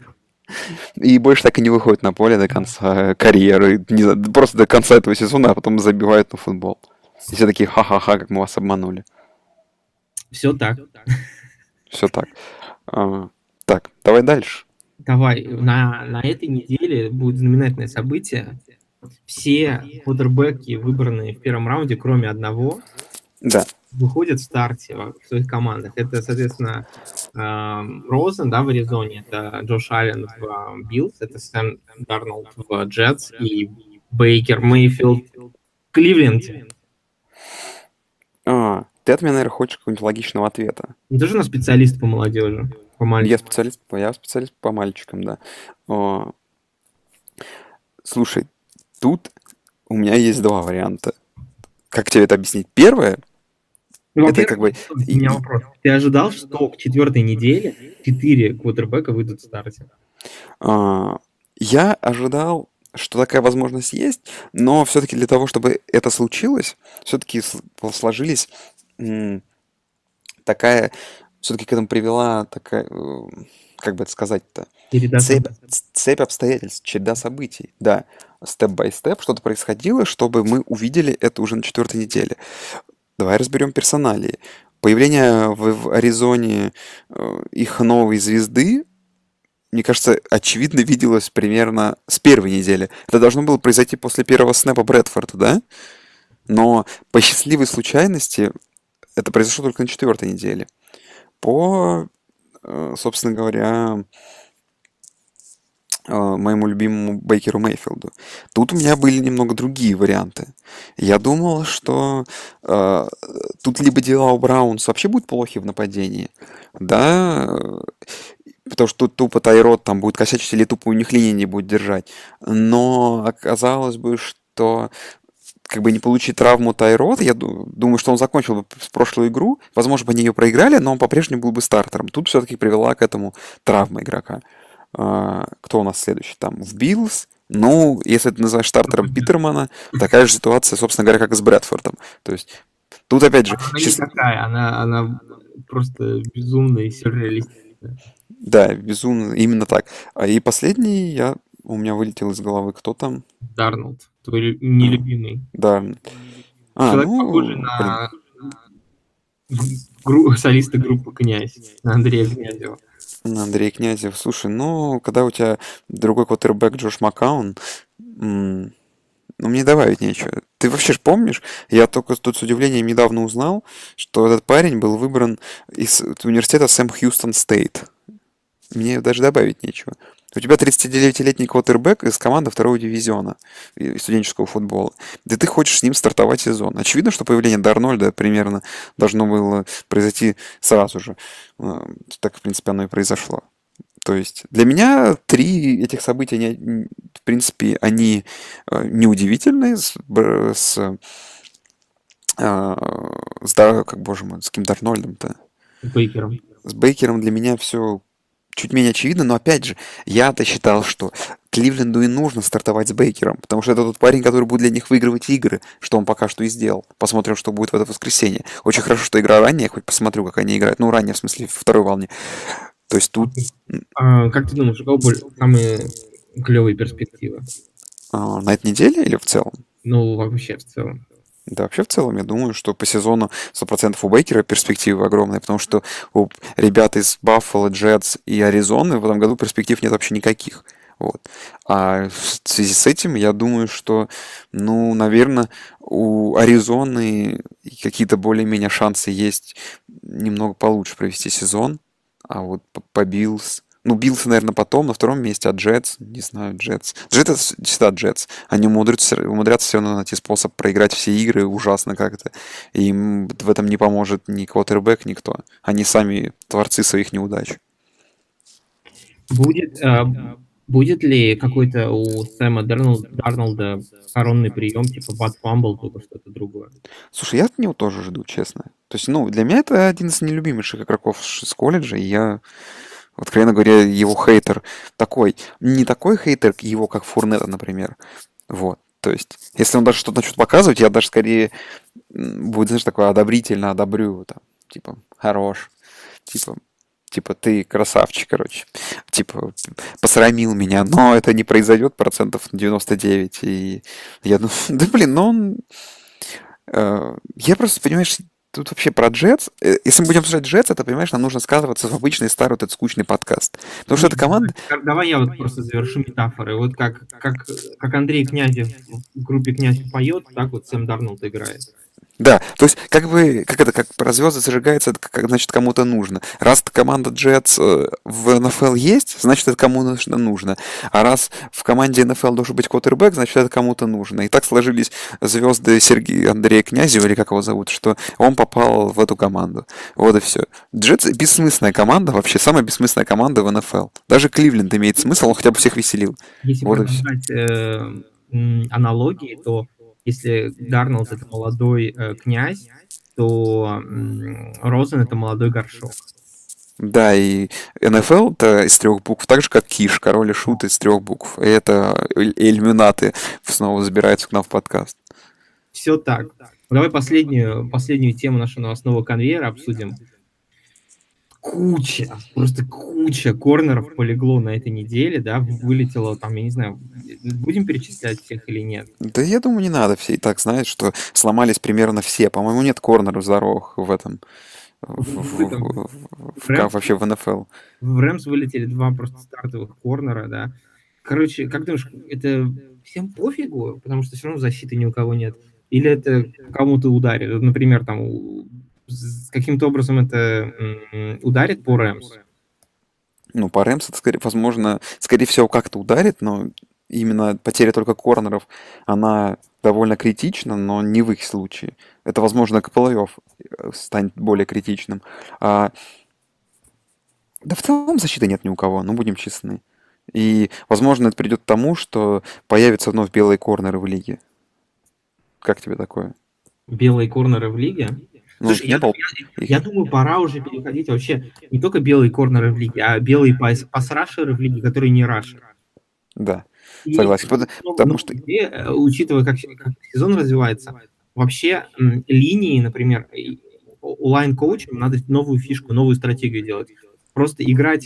И больше так и не выходит на поле до конца карьеры. Не знаю, просто до конца этого сезона, а потом забивают на футбол. И все такие, ха-ха-ха, как мы вас обманули. Все так. Все так. А, так, давай дальше. Давай, на этой неделе будет знаменательное событие. Все квотербеки, выбранные в первом раунде, кроме одного, Да. выходят в старте в своих командах. Это, соответственно, Розен, да, в Аризоне, это Джош Аллен в Биллс, это Сэм Дарнолд в Джетс и Бейкер Мейфилд в Кливленде. Ты от меня, наверное, хочешь какого-нибудь логичного ответа. Не тоже у нас специалист по молодежи, по Я мальчикам. специалист по мальчикам, да. О, слушай, тут у меня есть два варианта. Как тебе это объяснить? Первое, Ну, это как во-первых, бы... у меня вопрос. Ты ожидал, что к 4-й неделе 4 квотербека выйдут в старте? Я ожидал, что такая возможность есть, но все-таки для того, чтобы это случилось, все-таки сложились такая, все-таки к этому привела такая, как бы это сказать-то, Череда цепь, событий. цепь обстоятельств, череда событий, да, степ-бай-степ что-то происходило, чтобы мы увидели это уже на 4-й неделе. Давай разберем персоналии. Появление в Аризоне их новой звезды, мне кажется, очевидно виделось примерно с первой недели. Это должно было произойти после первого снэпа Брэдфорда, да? Но по счастливой случайности это произошло только на 4-й неделе. По, собственно говоря, моему любимому Бейкеру Мейфилду. Тут у меня были немного другие варианты. Я думал, что тут либо дела у Браунс вообще будут плохи в нападении, да, потому что тут тупо Тайрод там будет косячить или тупо у них линии не будет держать. Но оказалось бы, что как бы не получить травму Тайрод, я думаю, что он закончил бы прошлую игру, возможно, бы они ее проиграли, но он по-прежнему был бы стартером. Тут все-таки привела к этому травма игрока. Кто у нас следующий? Там в Биллс. Ну, если ты называешь стартером Питермана, такая же ситуация, собственно говоря, как и с Брэдфордом. То есть тут опять же... Она не такая, она просто безумная и сюрреалистичная. Да, безумно, именно так. И последний у меня вылетел из головы. Кто там? Дарнолд, твой нелюбимый. Да. Человек, похожий Блин. на солиста группы «Князь», на Андрея Князева. Андрей Князев. Слушай, когда у тебя другой квотербек Джош Маккаун, мне добавить нечего. Ты вообще ж помнишь, я только тут с удивлением недавно узнал, что этот парень был выбран из университета Сэм Хьюстон Стейт. Мне даже добавить нечего. У тебя 39-летний квотербек из команды второго дивизиона студенческого футбола. Да ты хочешь с ним стартовать сезон. Очевидно, что появление Дарнольда примерно должно было произойти сразу же. Так, в принципе, оно и произошло. То есть для меня 3 этих события, в принципе, они неудивительные боже мой, с каким Дарнольдом-то? Бейкером. С Бейкером для меня все чуть менее очевидно, но опять же, я-то считал, что Кливленду и нужно стартовать с Бейкером, потому что это тот парень, который будет для них выигрывать игры, что он пока что и сделал. Посмотрим, что будет в это воскресенье. Очень хорошо, что игра ранняя, хоть посмотрю, как они играют. Ну, ранее, в смысле, в второй волне. То есть тут... Как ты думаешь, у кого самые клевые перспективы? На этой неделе или в целом? Ну, вообще в целом. Да, вообще в целом, я думаю, что по сезону 100% у Бейкера перспективы огромные, потому что у ребят из Баффало, Джетс и Аризоны в этом году перспектив нет вообще никаких. Вот. А в связи с этим я думаю, что, наверное, у Аризоны какие-то более-менее шансы есть немного получше провести сезон, а вот по Биллс... Биллсы, наверное, потом, на втором месте, а Джетс, не знаю, Джетс. Джетс всегда Джетс. Они умудрятся все равно найти способ проиграть все игры ужасно как-то. И им в этом не поможет ни квотербек, никто. Они сами творцы своих неудач. Будет ли какой-то у Сэма Дарнолда коронный прием, типа бат фамбл, либо что-то другое? Слушай, я от него тоже жду, честно. То есть, для меня это один из нелюбимейших игроков с колледжа, и я... Откровенно говоря, его хейтер такой. Не такой хейтер его, как Фурнета, например. Вот. То есть, если он даже что-то начнет показывать, я даже скорее будет, знаешь, такое одобрительно одобрю. Там, типа, хорош. Типа, типа, ты красавчик, короче. Типа, посрамил меня, но это не произойдет процентов 99. И я думаю, да блин, ну он... Я просто, понимаешь, тут вообще про Джетс. Если мы будем обсуждать Джетс, это, понимаешь, нам нужно скатываться в обычный старый вот этот скучный подкаст. Потому что Не, эта команда... давай я вот просто завершу метафоры. Вот как Андрей Князев в группе Князев поет, так вот Сэм Дарнолд играет. Да, то есть, как бы, как про звезды зажигается, это как, значит, кому-то нужно. Раз команда Джетс в НФЛ есть, значит, это кому-то нужно. А раз в команде НФЛ должен быть квотербек, значит, это кому-то нужно. И так сложились звезды Андрея Князева, или как его зовут, что он попал в эту команду. Вот и все. Джетс бессмысленная команда, вообще самая бессмысленная команда в НФЛ. Даже Кливленд имеет смысл, он хотя бы всех веселил. Если Вот и все. продолжать аналогии, то если Дарнолд это молодой князь, то Розен это молодой горшок. Да, и НФЛ это из 3 букв, так же как Киш, король и шут из 3 букв. И это иллюминаты снова забираются к нам в подкаст. Все так. Давай последнюю тему нашего новостного конвейера обсудим. Просто куча корнеров полегло на этой неделе, да, вылетело там, я не знаю, будем перечислять всех или нет? Да я думаю, не надо, все и так знают, что сломались примерно все. По-моему, нет корнеров здоровых в этом, вообще в НФЛ. В Рэмс вылетели 2 просто стартовых корнера, да. Короче, как думаешь, это всем пофигу, потому что все равно защиты ни у кого нет? Или это кому-то ударит? Вот, например, там каким-то образом это ударит по Рэмс? Ну, по Рэмс это, возможно, скорее всего, как-то ударит, но именно потеря только корнеров, она довольно критична, но не в их случае. Это, возможно, к плей-офф станет более критичным. Да в целом защиты нет ни у кого, ну, будем честны. И, возможно, это придет к тому, что появятся вновь белые корнеры в лиге. Как тебе такое? Белые корнеры в лиге? Ну, Слушай, не было я думаю, пора уже переходить вообще не только белые корнеры в лиге, а белые пас-рашеры в лиге, которые не рашеры. Да, И согласен. Потому что... учитывая, как сезон развивается, вообще линии, например, у лайн-коуча надо новую фишку, новую стратегию делать. Просто играть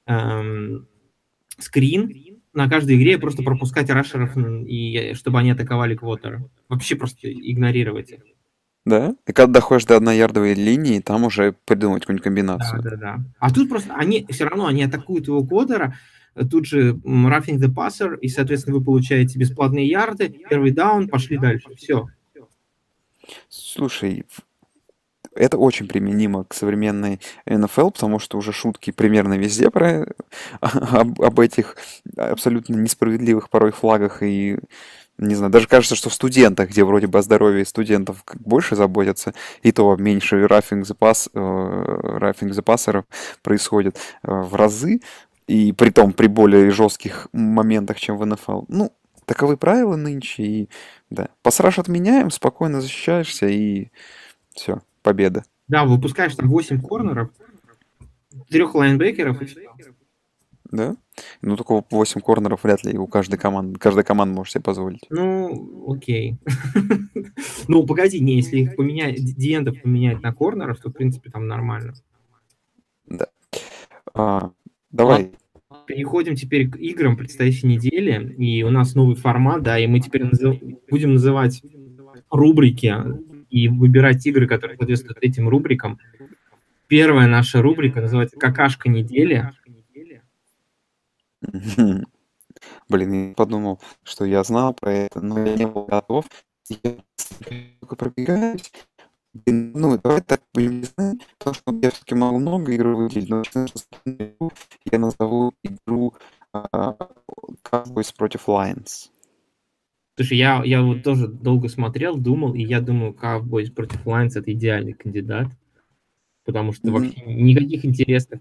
скрин на каждой игре, просто пропускать рашеров, и чтобы они атаковали квотера. Вообще просто игнорировать их. Да? И когда доходишь до 1-ярдовой линии, там уже придумать какую-нибудь комбинацию. Да. А тут просто они все равно они атакуют его квотера, тут же roughing the passer, и, соответственно, вы получаете бесплатные ярды, первый даун, пошли дальше. Все. Слушай, это очень применимо к современной НФЛ, потому что уже шутки примерно везде об этих абсолютно несправедливых порой флагах и, не знаю, даже кажется, что в студентах, где вроде бы о здоровье студентов больше заботятся, и то меньше roughing the passer'ов происходит в разы, и при том при более жестких моментах, чем в НФЛ. Ну, таковы правила нынче, и да, пасраж отменяем, спокойно защищаешься, и все, победа. Да, выпускаешь там 8 корнеров, 3 лайнбекеров, и все. Да? Ну, только 8 корнеров вряд ли у каждой команды. Каждая команда может себе позволить. Ну, окей. Ну, погоди, не, если их поменять, диендов поменять на корнеров, то, в принципе, там нормально. Да. Давай. Переходим теперь к играм предстоящей недели, и у нас новый формат, да, и мы теперь будем называть рубрики и выбирать игры, которые соответствуют этим рубрикам. Первая наша рубрика называется «Какашка недели». Блин, я подумал, что я знал про это, но я не был готов. Я только пробегаюсь. Ну, давай так будем не знать, потому что я все-таки могу много игр выделить, но я назову игру Cowboys против Lions. Слушай, я вот тоже долго смотрел, думал, и я думаю, Cowboys против Lions — это идеальный кандидат, потому что вообще никаких интересных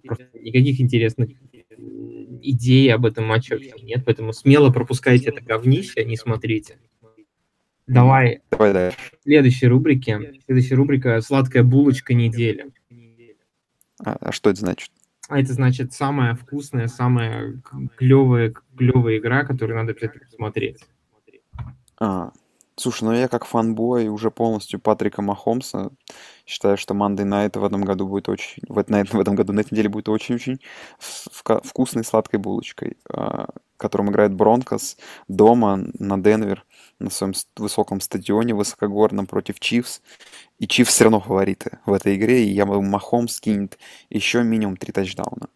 идей об этом матче вообще нет, поэтому смело пропускайте это говнище, не смотрите. Давай дальше. Следующая рубрика «Сладкая булочка недели». А что это значит? А это значит самая вкусная, самая клевая игра, которую надо обязательно посмотреть. Слушай, ну я как фанбой уже полностью Патрика Махомса считаю, что Monday Night в этом году будет очень... в этом году, на этой неделе будет очень-очень вкусной сладкой булочкой, которым играет Бронкос дома на Денвер, на своем высоком стадионе высокогорном против Чивс. И Чивс все равно фавориты в этой игре, и я бы Махомс кинет еще минимум 3 тачдауна.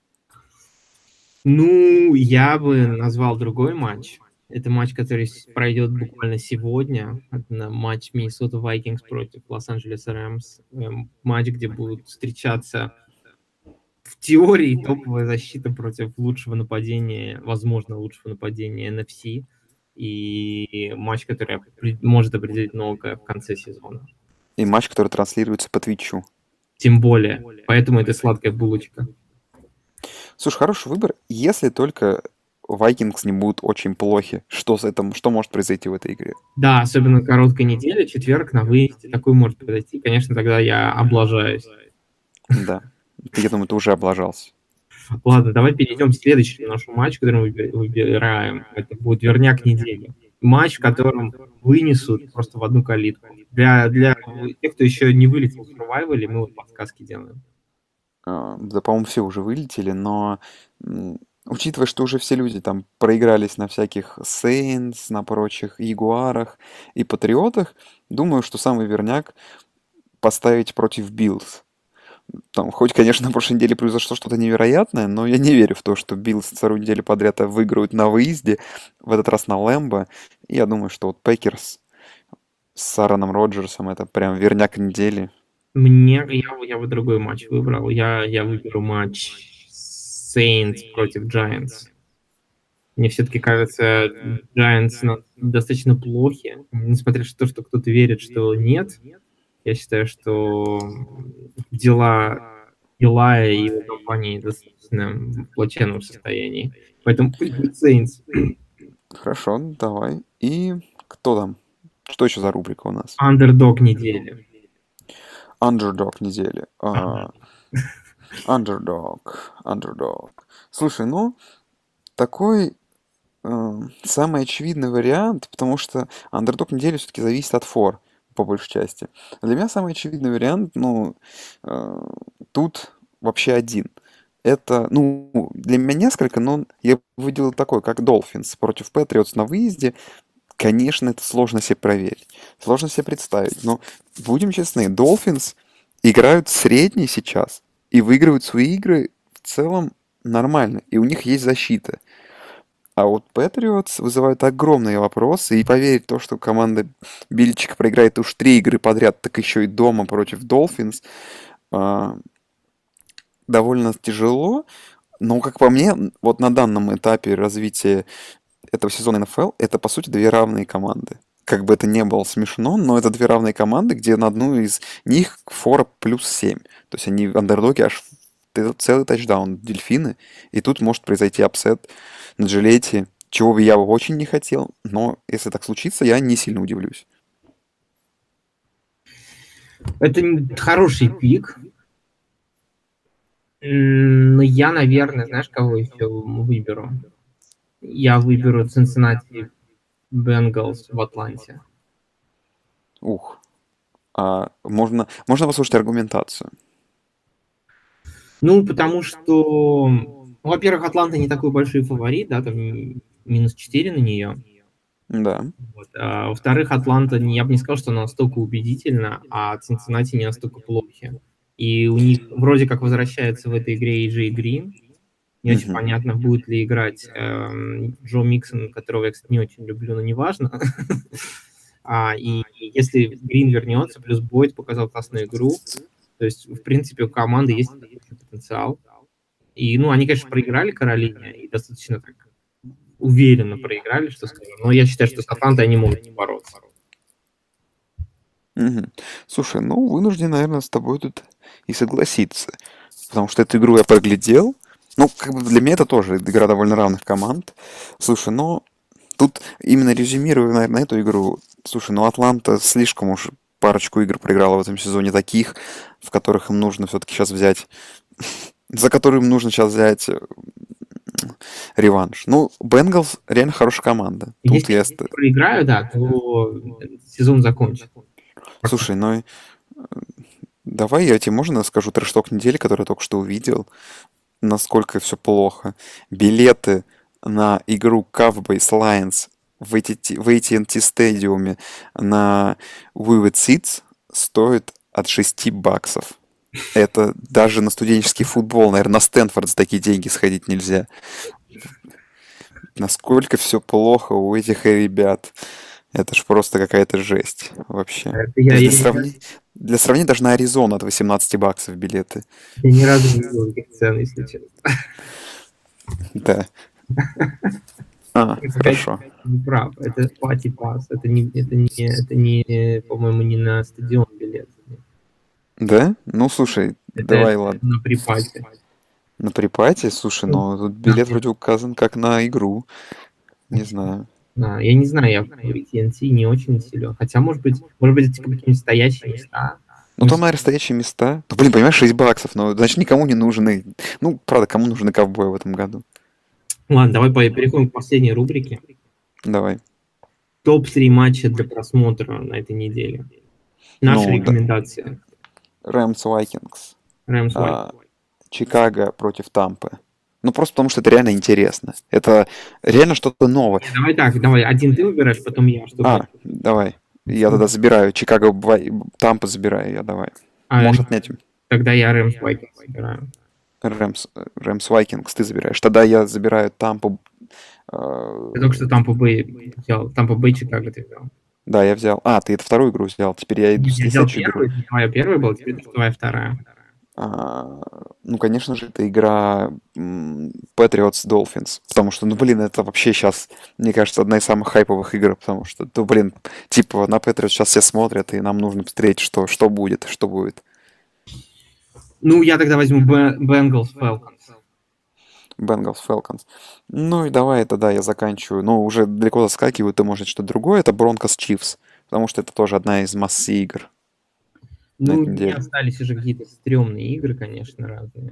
Ну, я бы назвал другой матч. Это матч, который пройдет буквально сегодня. Это матч Миннесота Vikings против Лос-Анджелес Рэмс. Матч, где будут встречаться в теории топовая защита против лучшего нападения, возможно, лучшего нападения NFC. И матч, который может определить многое в конце сезона. И матч, который транслируется по Твичу. Тем более. Поэтому это сладкая булочка. Слушай, хороший выбор, если только Vikings не будут очень плохи. Что может произойти в этой игре? Да, особенно короткая неделя, четверг на выезде, такой может произойти. Конечно, тогда я облажаюсь. Да, я думаю, ты уже облажался. Ладно, давай перейдем к следующему нашему матчу, который мы выбираем. Это будет верняк недели. Матч, в котором вынесут просто в одну калитку. Для тех, кто еще не вылетел в Survival, мы вот подсказки делаем. Да, по-моему, все уже вылетели, но учитывая, что уже все люди там проигрались на всяких Saints, на прочих Ягуарах и Патриотах, думаю, что самый верняк поставить против Биллс. Там, хоть, конечно, на прошлой неделе произошло что-то невероятное, но я не верю в то, что Биллс вторую неделю подряд выиграют на выезде, в этот раз на Лэмбо. И я думаю, что вот Пекерс с Аароном Роджерсом — это прям верняк недели. Я бы другой матч выбрал. Я выберу матч Saints против Giants. Мне все-таки кажется, Giants достаточно плохи. Несмотря на то, что кто-то верит, что нет. Я считаю, что дела Илая и его компании достаточно в плачевном состоянии. Поэтому пусть будет Saints. Хорошо, давай. И кто там? Что еще за рубрика у нас? Андердог недели. Underdog недели. Underdog. Слушай, ну, такой самый очевидный вариант, потому что Underdog недели все-таки зависит от фор, по большей части. Для меня самый очевидный вариант, тут вообще один. Это, для меня несколько, но я выделил такой, как Dolphins против Patriots на выезде. Конечно, это сложно себе проверить, сложно себе представить, но будем честны, Dolphins играют средний сейчас и выигрывают свои игры в целом нормально, и у них есть защита. А вот Patriots вызывают огромные вопросы, и поверить в то, что команда Бильчика проиграет уж 3 игры подряд, так еще и дома против Dolphins, довольно тяжело. Но, как по мне, вот на данном этапе развития этого сезона НФЛ это, по сути, 2 равные команды. Как бы это не было смешно, но это 2 равные команды, где на одну из них фора плюс 7. То есть они андердоги аж целый тачдаун, дельфины. И тут может произойти апсет на Джилете, чего бы я очень не хотел. Но если так случится, я не сильно удивлюсь. Это хороший пик. Но я, наверное, знаешь, кого еще выберу? Я выберу Cincinnati Bengals в Атланте. Ух. Можно послушать аргументацию? Потому что, во-первых, Атланта не такой большой фаворит, да, там минус 4 на нее. Да. Вот. А, во-вторых, Атланта, я бы не сказал, что она настолько убедительна, а Цинциннати не настолько плохи. И у них вроде как возвращается в этой игре AJ Green. Не очень понятно, будет ли играть Джо Миксон, которого я, кстати, не очень люблю, но неважно. И если Грин вернется, плюс Бойд показал классную игру, то есть, в принципе, у команды есть потенциал. И, они, конечно, проиграли Каролине, и достаточно так уверенно проиграли, что скажем. Но я считаю, что с Атлантой они могут не бороться. Слушай, вынужден, наверное, с тобой тут и согласиться. Потому что эту игру я проглядел. Для меня это тоже игра довольно равных команд. Слушай, тут именно резюмируя, наверное, эту игру. Слушай, Атланта слишком уж парочку игр проиграла в этом сезоне таких, в которых им нужно все-таки сейчас взять... За которые им нужно сейчас взять реванш. Ну, Бенгалс реально хорошая команда. Тут Если я... они проиграю, да, то сезон закончится. Слушай, ну, давай я тебе, можно скажу трэш-ток недели, который я только что увидел, насколько все плохо. Билеты на игру Cowboys Lions в AT&T стадиуме на Vivid Seats стоят от $6. Это даже на студенческий футбол, наверное, на Стэнфорд за такие деньги сходить нельзя. Насколько все плохо у этих ребят. Это ж просто какая-то жесть вообще. Это То есть для сравнения даже на Аризону от $18 билеты. я ни разу не видел этих цен, если честно. Да. Хорошо. Не прав. Это пати пас. Это не, по-моему, не на стадион билет. Да? Ну, слушай, давай, ладно. На припате. На припате, слушай, но тут билет вроде указан как на игру. Не знаю. Да, я не знаю, я в TNT не очень силен. Хотя, может быть, это типа какие-нибудь стоящие места. Ну, там, наверное, стоящие места. Ну, блин, понимаешь, $6, но значит никому не нужны. Ну, правда, кому нужны ковбои в этом году? Ладно, давай переходим к последней рубрике. Давай. Топ-3 матча для просмотра на этой неделе. Наши рекомендации. Рэмс Вайкингс. Рэмс Вайкингс. Чикаго против Тампы. Ну, просто потому что это реально интересно. Это реально что-то новое. Давай. Один ты выбираешь, потом я. Давай. Я тогда забираю. Чикаго, Тампа забираю я, давай. Можешь отметить. Тогда я Рэмс Вайкингс забираю. Рэмс Вайкингс ты забираешь. Тогда я забираю Тампу. Ты только что Тампа Бэй взял. Тампа Бэй Чикаго ты взял. Да, я взял. Ты эту вторую игру взял. Теперь я иду с следующей игрой. Твоя первая была, теперь твоя вторая. Ну, конечно же, это игра Patriots Dolphins, потому что, это вообще сейчас, мне кажется, одна из самых хайповых игр, потому что, типа, на Patriots сейчас все смотрят, и нам нужно посмотреть, что будет. Ну, я тогда возьму Bengals Falcons. Ну, и давай тогда я заканчиваю. Ну, уже далеко заскакиваю, ты, может, что-то другое. Это Broncos Chiefs, потому что это тоже одна из массы игр. Ну, не остались уже какие-то стрёмные игры, конечно, разные.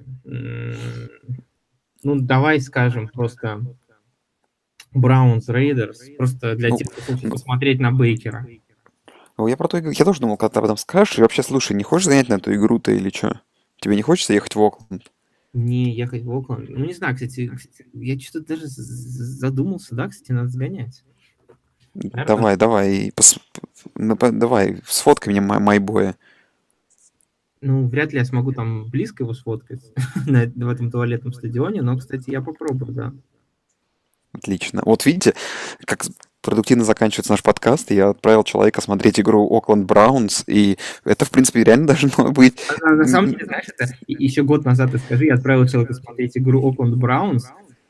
Ну, давай скажем просто Браунс Рейдерс, просто для тех, кто хочет посмотреть на Бейкера. Я про ту игру, я тоже думал, когда ты об этом скажешь. И вообще, слушай, не хочешь занять на эту игру-то или что? Тебе не хочется ехать в Окленд? Не ехать в Окленд? Ну, не знаю, кстати, я что-то даже задумался, да, кстати, надо сгонять. Давай, давай, сфоткай мне майбоя. Ну, вряд ли я смогу там близко его сфоткать в этом туалетном стадионе, но, кстати, я попробую, да. Отлично. Вот видите, как продуктивно заканчивается наш подкаст, и я отправил человека смотреть игру Окленд Браунс, и это, в принципе, реально должно быть... На самом деле, знаешь, это еще год назад ты скажи, я отправил человека смотреть игру Окленд Браунс,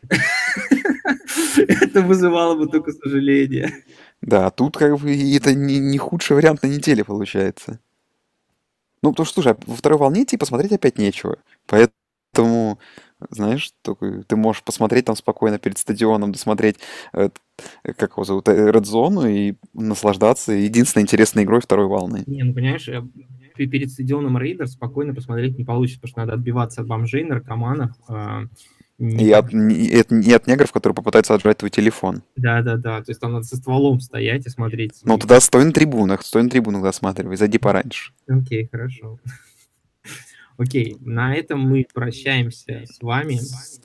это вызывало бы только сожаление. Да, тут как бы это не худший вариант на неделе получается. Ну, потому что, слушай, во второй волне типа смотреть опять нечего. Поэтому, знаешь, только ты можешь посмотреть там спокойно перед стадионом, досмотреть, как его зовут, Red Zone и наслаждаться единственной интересной игрой второй волны. Не, ну понимаешь, перед стадионом Рейдерс спокойно посмотреть не получится, потому что надо отбиваться от бомжей, наркоманов. И от негров, которые попытаются отжать твой телефон. Да. То есть там надо со стволом стоять и смотреть. Ну, тогда стой на трибунах досматривай, зайди пораньше. Окей, хорошо. Окей, на этом мы прощаемся с вами.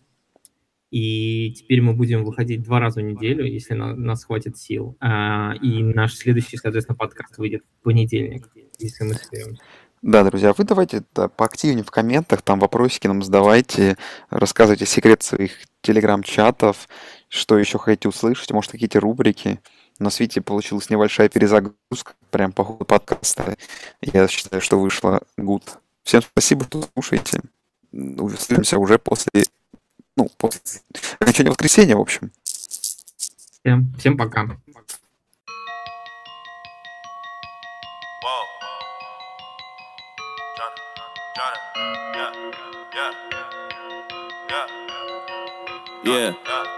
И теперь мы будем выходить 2 раза в неделю, если нас хватит сил. И наш следующий, соответственно, подкаст выйдет в понедельник, если мы соберемся. Да, друзья, вы давайте поактивнее в комментах, там вопросики нам задавайте, рассказывайте секрет своих телеграм-чатов, что еще хотите услышать, может, какие-то рубрики. У нас, видите, получилась небольшая перезагрузка прям по ходу подкаста. Я считаю, что вышло good. Всем спасибо, что слушаете. Увидимся уже после окончания воскресенья, в общем. Всем пока. Yeah.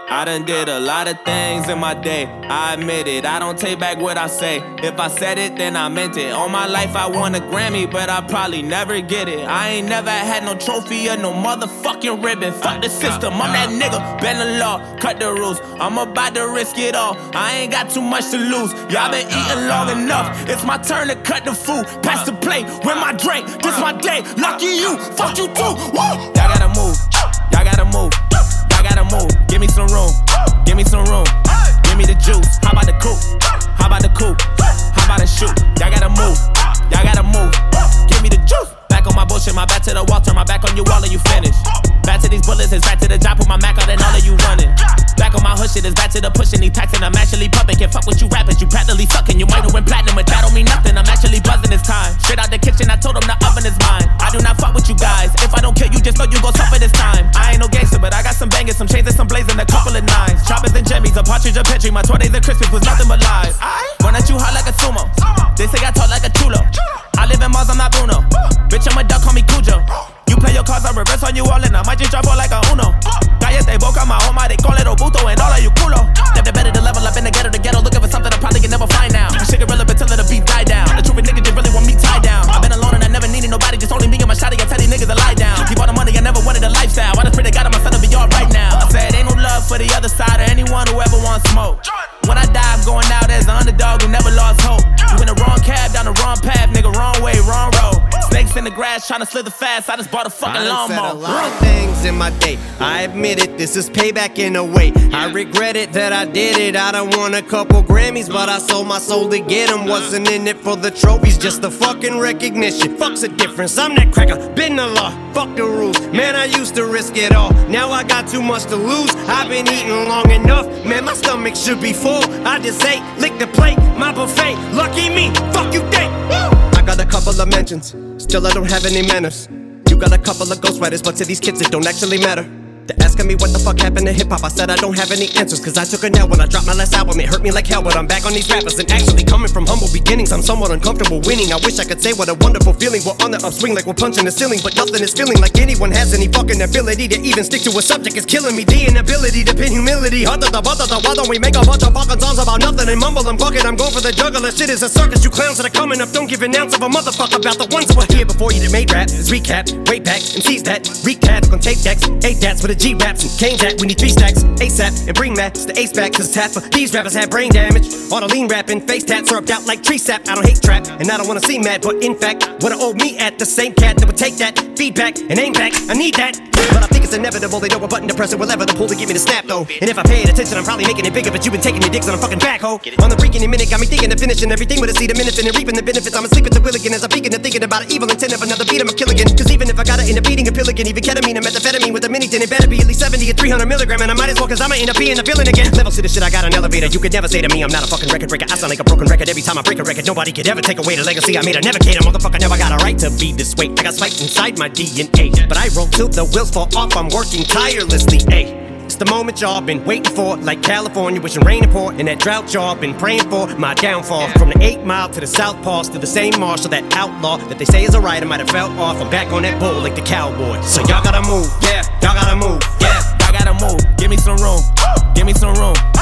I done did a lot of things in my day, I admit it, I don't take back what I say. If I said it, then I meant it. All my life I won a Grammy, but I probably never get it. I ain't never had no trophy or no motherfucking ribbon. Fuck the system, I'm that nigga, bend the law, cut the rules. I'm about to risk it all, I ain't got too much to lose. Y'all been eating long enough, it's my turn to cut the food. Pass the plate, with my drink, this my day. Lucky you, fuck you too, woo! Y'all gotta move, y'all gotta move. Gotta move, give me some room, give me some room, give me the juice. How about the coupe? How about the coupe? How about the shoot? Y'all gotta move, y'all gotta move, give me the juice. Back on my bullshit, my back to the wall, turn my back on you, all of you finished. Back to these bullets, it's back to the job, put my Mac out and all of you running. Back on my hood shit, it's back to the pushing, these packs and I'm actually pumping. Can't fuck with you rappers, you practically sucking. You might have went platinum, but that don't mean nothing. I'm actually buzzing this time. Straight out the kitchen, I told them the oven is mine. I do not fuck with you guys. If I don't kill you, just know you gon' suffer this time. I ain't no gangster, but I got some bangers, some chains and some blazing, a couple of nines. Choppers and jimmies, a partridge, a petri. My 20s and Christmas was nothing but lies. Run at you hard like a sumo. They say I talk like a chulo. I live in Mars, I'm not Bruno. Bitch, I'm a duck, call me Cujo. You play your cards, I reverse on you all and I might just drop all like a Uno. Cállate boca, my home, they call it Obuto and all of you culo. Never better to level up in the ghetto, looking for something I probably can never find now. This shit irrelevant till the beat die down. The truth is niggas just really want me tied down. I've been alone and I never needed nobody, just only me and my shawty. I tell these niggas to lie down. Keep all the money, I never wanted a lifestyle. I just pray to God my son will be alright now. I said ain't no love for the other side or anyone who ever wants smoke. When I die, I'm going out as an underdog who never lost hope. You in the wrong cab, down the wrong path, nigga, wrong way, wrong road. Snakes in the grass, trying to slither fast. I just bought a fucking lawnmower. I said a lot of things in my day. I admit it, this is payback in a way. I regret it that I did it. I done won a couple Grammys, but I sold my soul to get them. Wasn't in it for the trophies, just the fucking recognition. Fuck's the difference, I'm that cracker, been the law, fuck the rules. Man, I used to risk it all, now I got too much to lose. I've been eating long enough, man, my stomach should be full. I just ate, lick the plate, my buffet. Lucky me, fuck you think. I got a couple of mentions, still I don't have any manners. You got a couple of ghostwriters, but to these kids it don't actually matter. They're asking me what the fuck happened to hip-hop. I said I don't have any answers, cause I took a nap when I dropped my last album. It hurt me like hell, but I'm back on these rappers. And actually coming from humble beginnings, I'm somewhat uncomfortable winning. I wish I could say what a wonderful feeling. We're on the upswing like we're punching the ceiling, but nothing is feeling like anyone has any fucking ability to even stick to a subject. It's killing me, the inability to pin humility. Why don't we make a bunch of fucking songs about nothing and mumble? I'm fucking, I'm going for the juggler. Shit is a circus, you clowns that are coming up. Don't give an ounce of a motherfucker about the ones that were here before you that made rap. Let's recap, way back, MCs that recap on tape decks, 8 dats with a G raps and Kane that we need 3 stacks ASAP and bring Matt to the ace back, cause tap for these rappers have brain damage. All the lean rapping, face tats syrupped out like tree sap. I don't hate trap and I don't wanna see mad, but in fact what I owe me at the same cat that would take that feedback and aim back. I need that, but I think it's inevitable. They know a button to press it, whatever the pull to give me the snap though. And if I paid attention, I'm probably making it bigger, but you've been taking your dicks on a fucking backhoe. On the freaking minute, got me thinking of finishing everything with a seed, a minute and reaping the benefits. I'm asleep at the wheel again as I'm thinking and thinking about an evil intent of another beat. I'm a kill again, cause even if I got it in a beating a pill again, even ketamine and methamphetamine with a mini tin, it better be at least 70 or 300 milligram, and I might as well, cause I'ma end up being a villain again. Levels to the shit, I got an elevator. You could never say to me I'm not a fucking record breaker. I sound like a broken record every time I break a record. Nobody could ever take away the legacy I made. I never cater, motherfucker, never got a right to be this way. I got spikes inside my DNA, but I roll till the wheels fall off. I'm working tirelessly, ayy. It's the moment y'all been waiting for, like California wishing rain to pour, and that drought y'all been praying for. My downfall, from the 8 Mile to the South Pass to the same marshal, that outlaw that they say is a rider might have fell off. I'm back on that bull like the cowboy. So y'all gotta move, yeah, y'all gotta move, yeah, y'all gotta move. Give me some room, give me some room.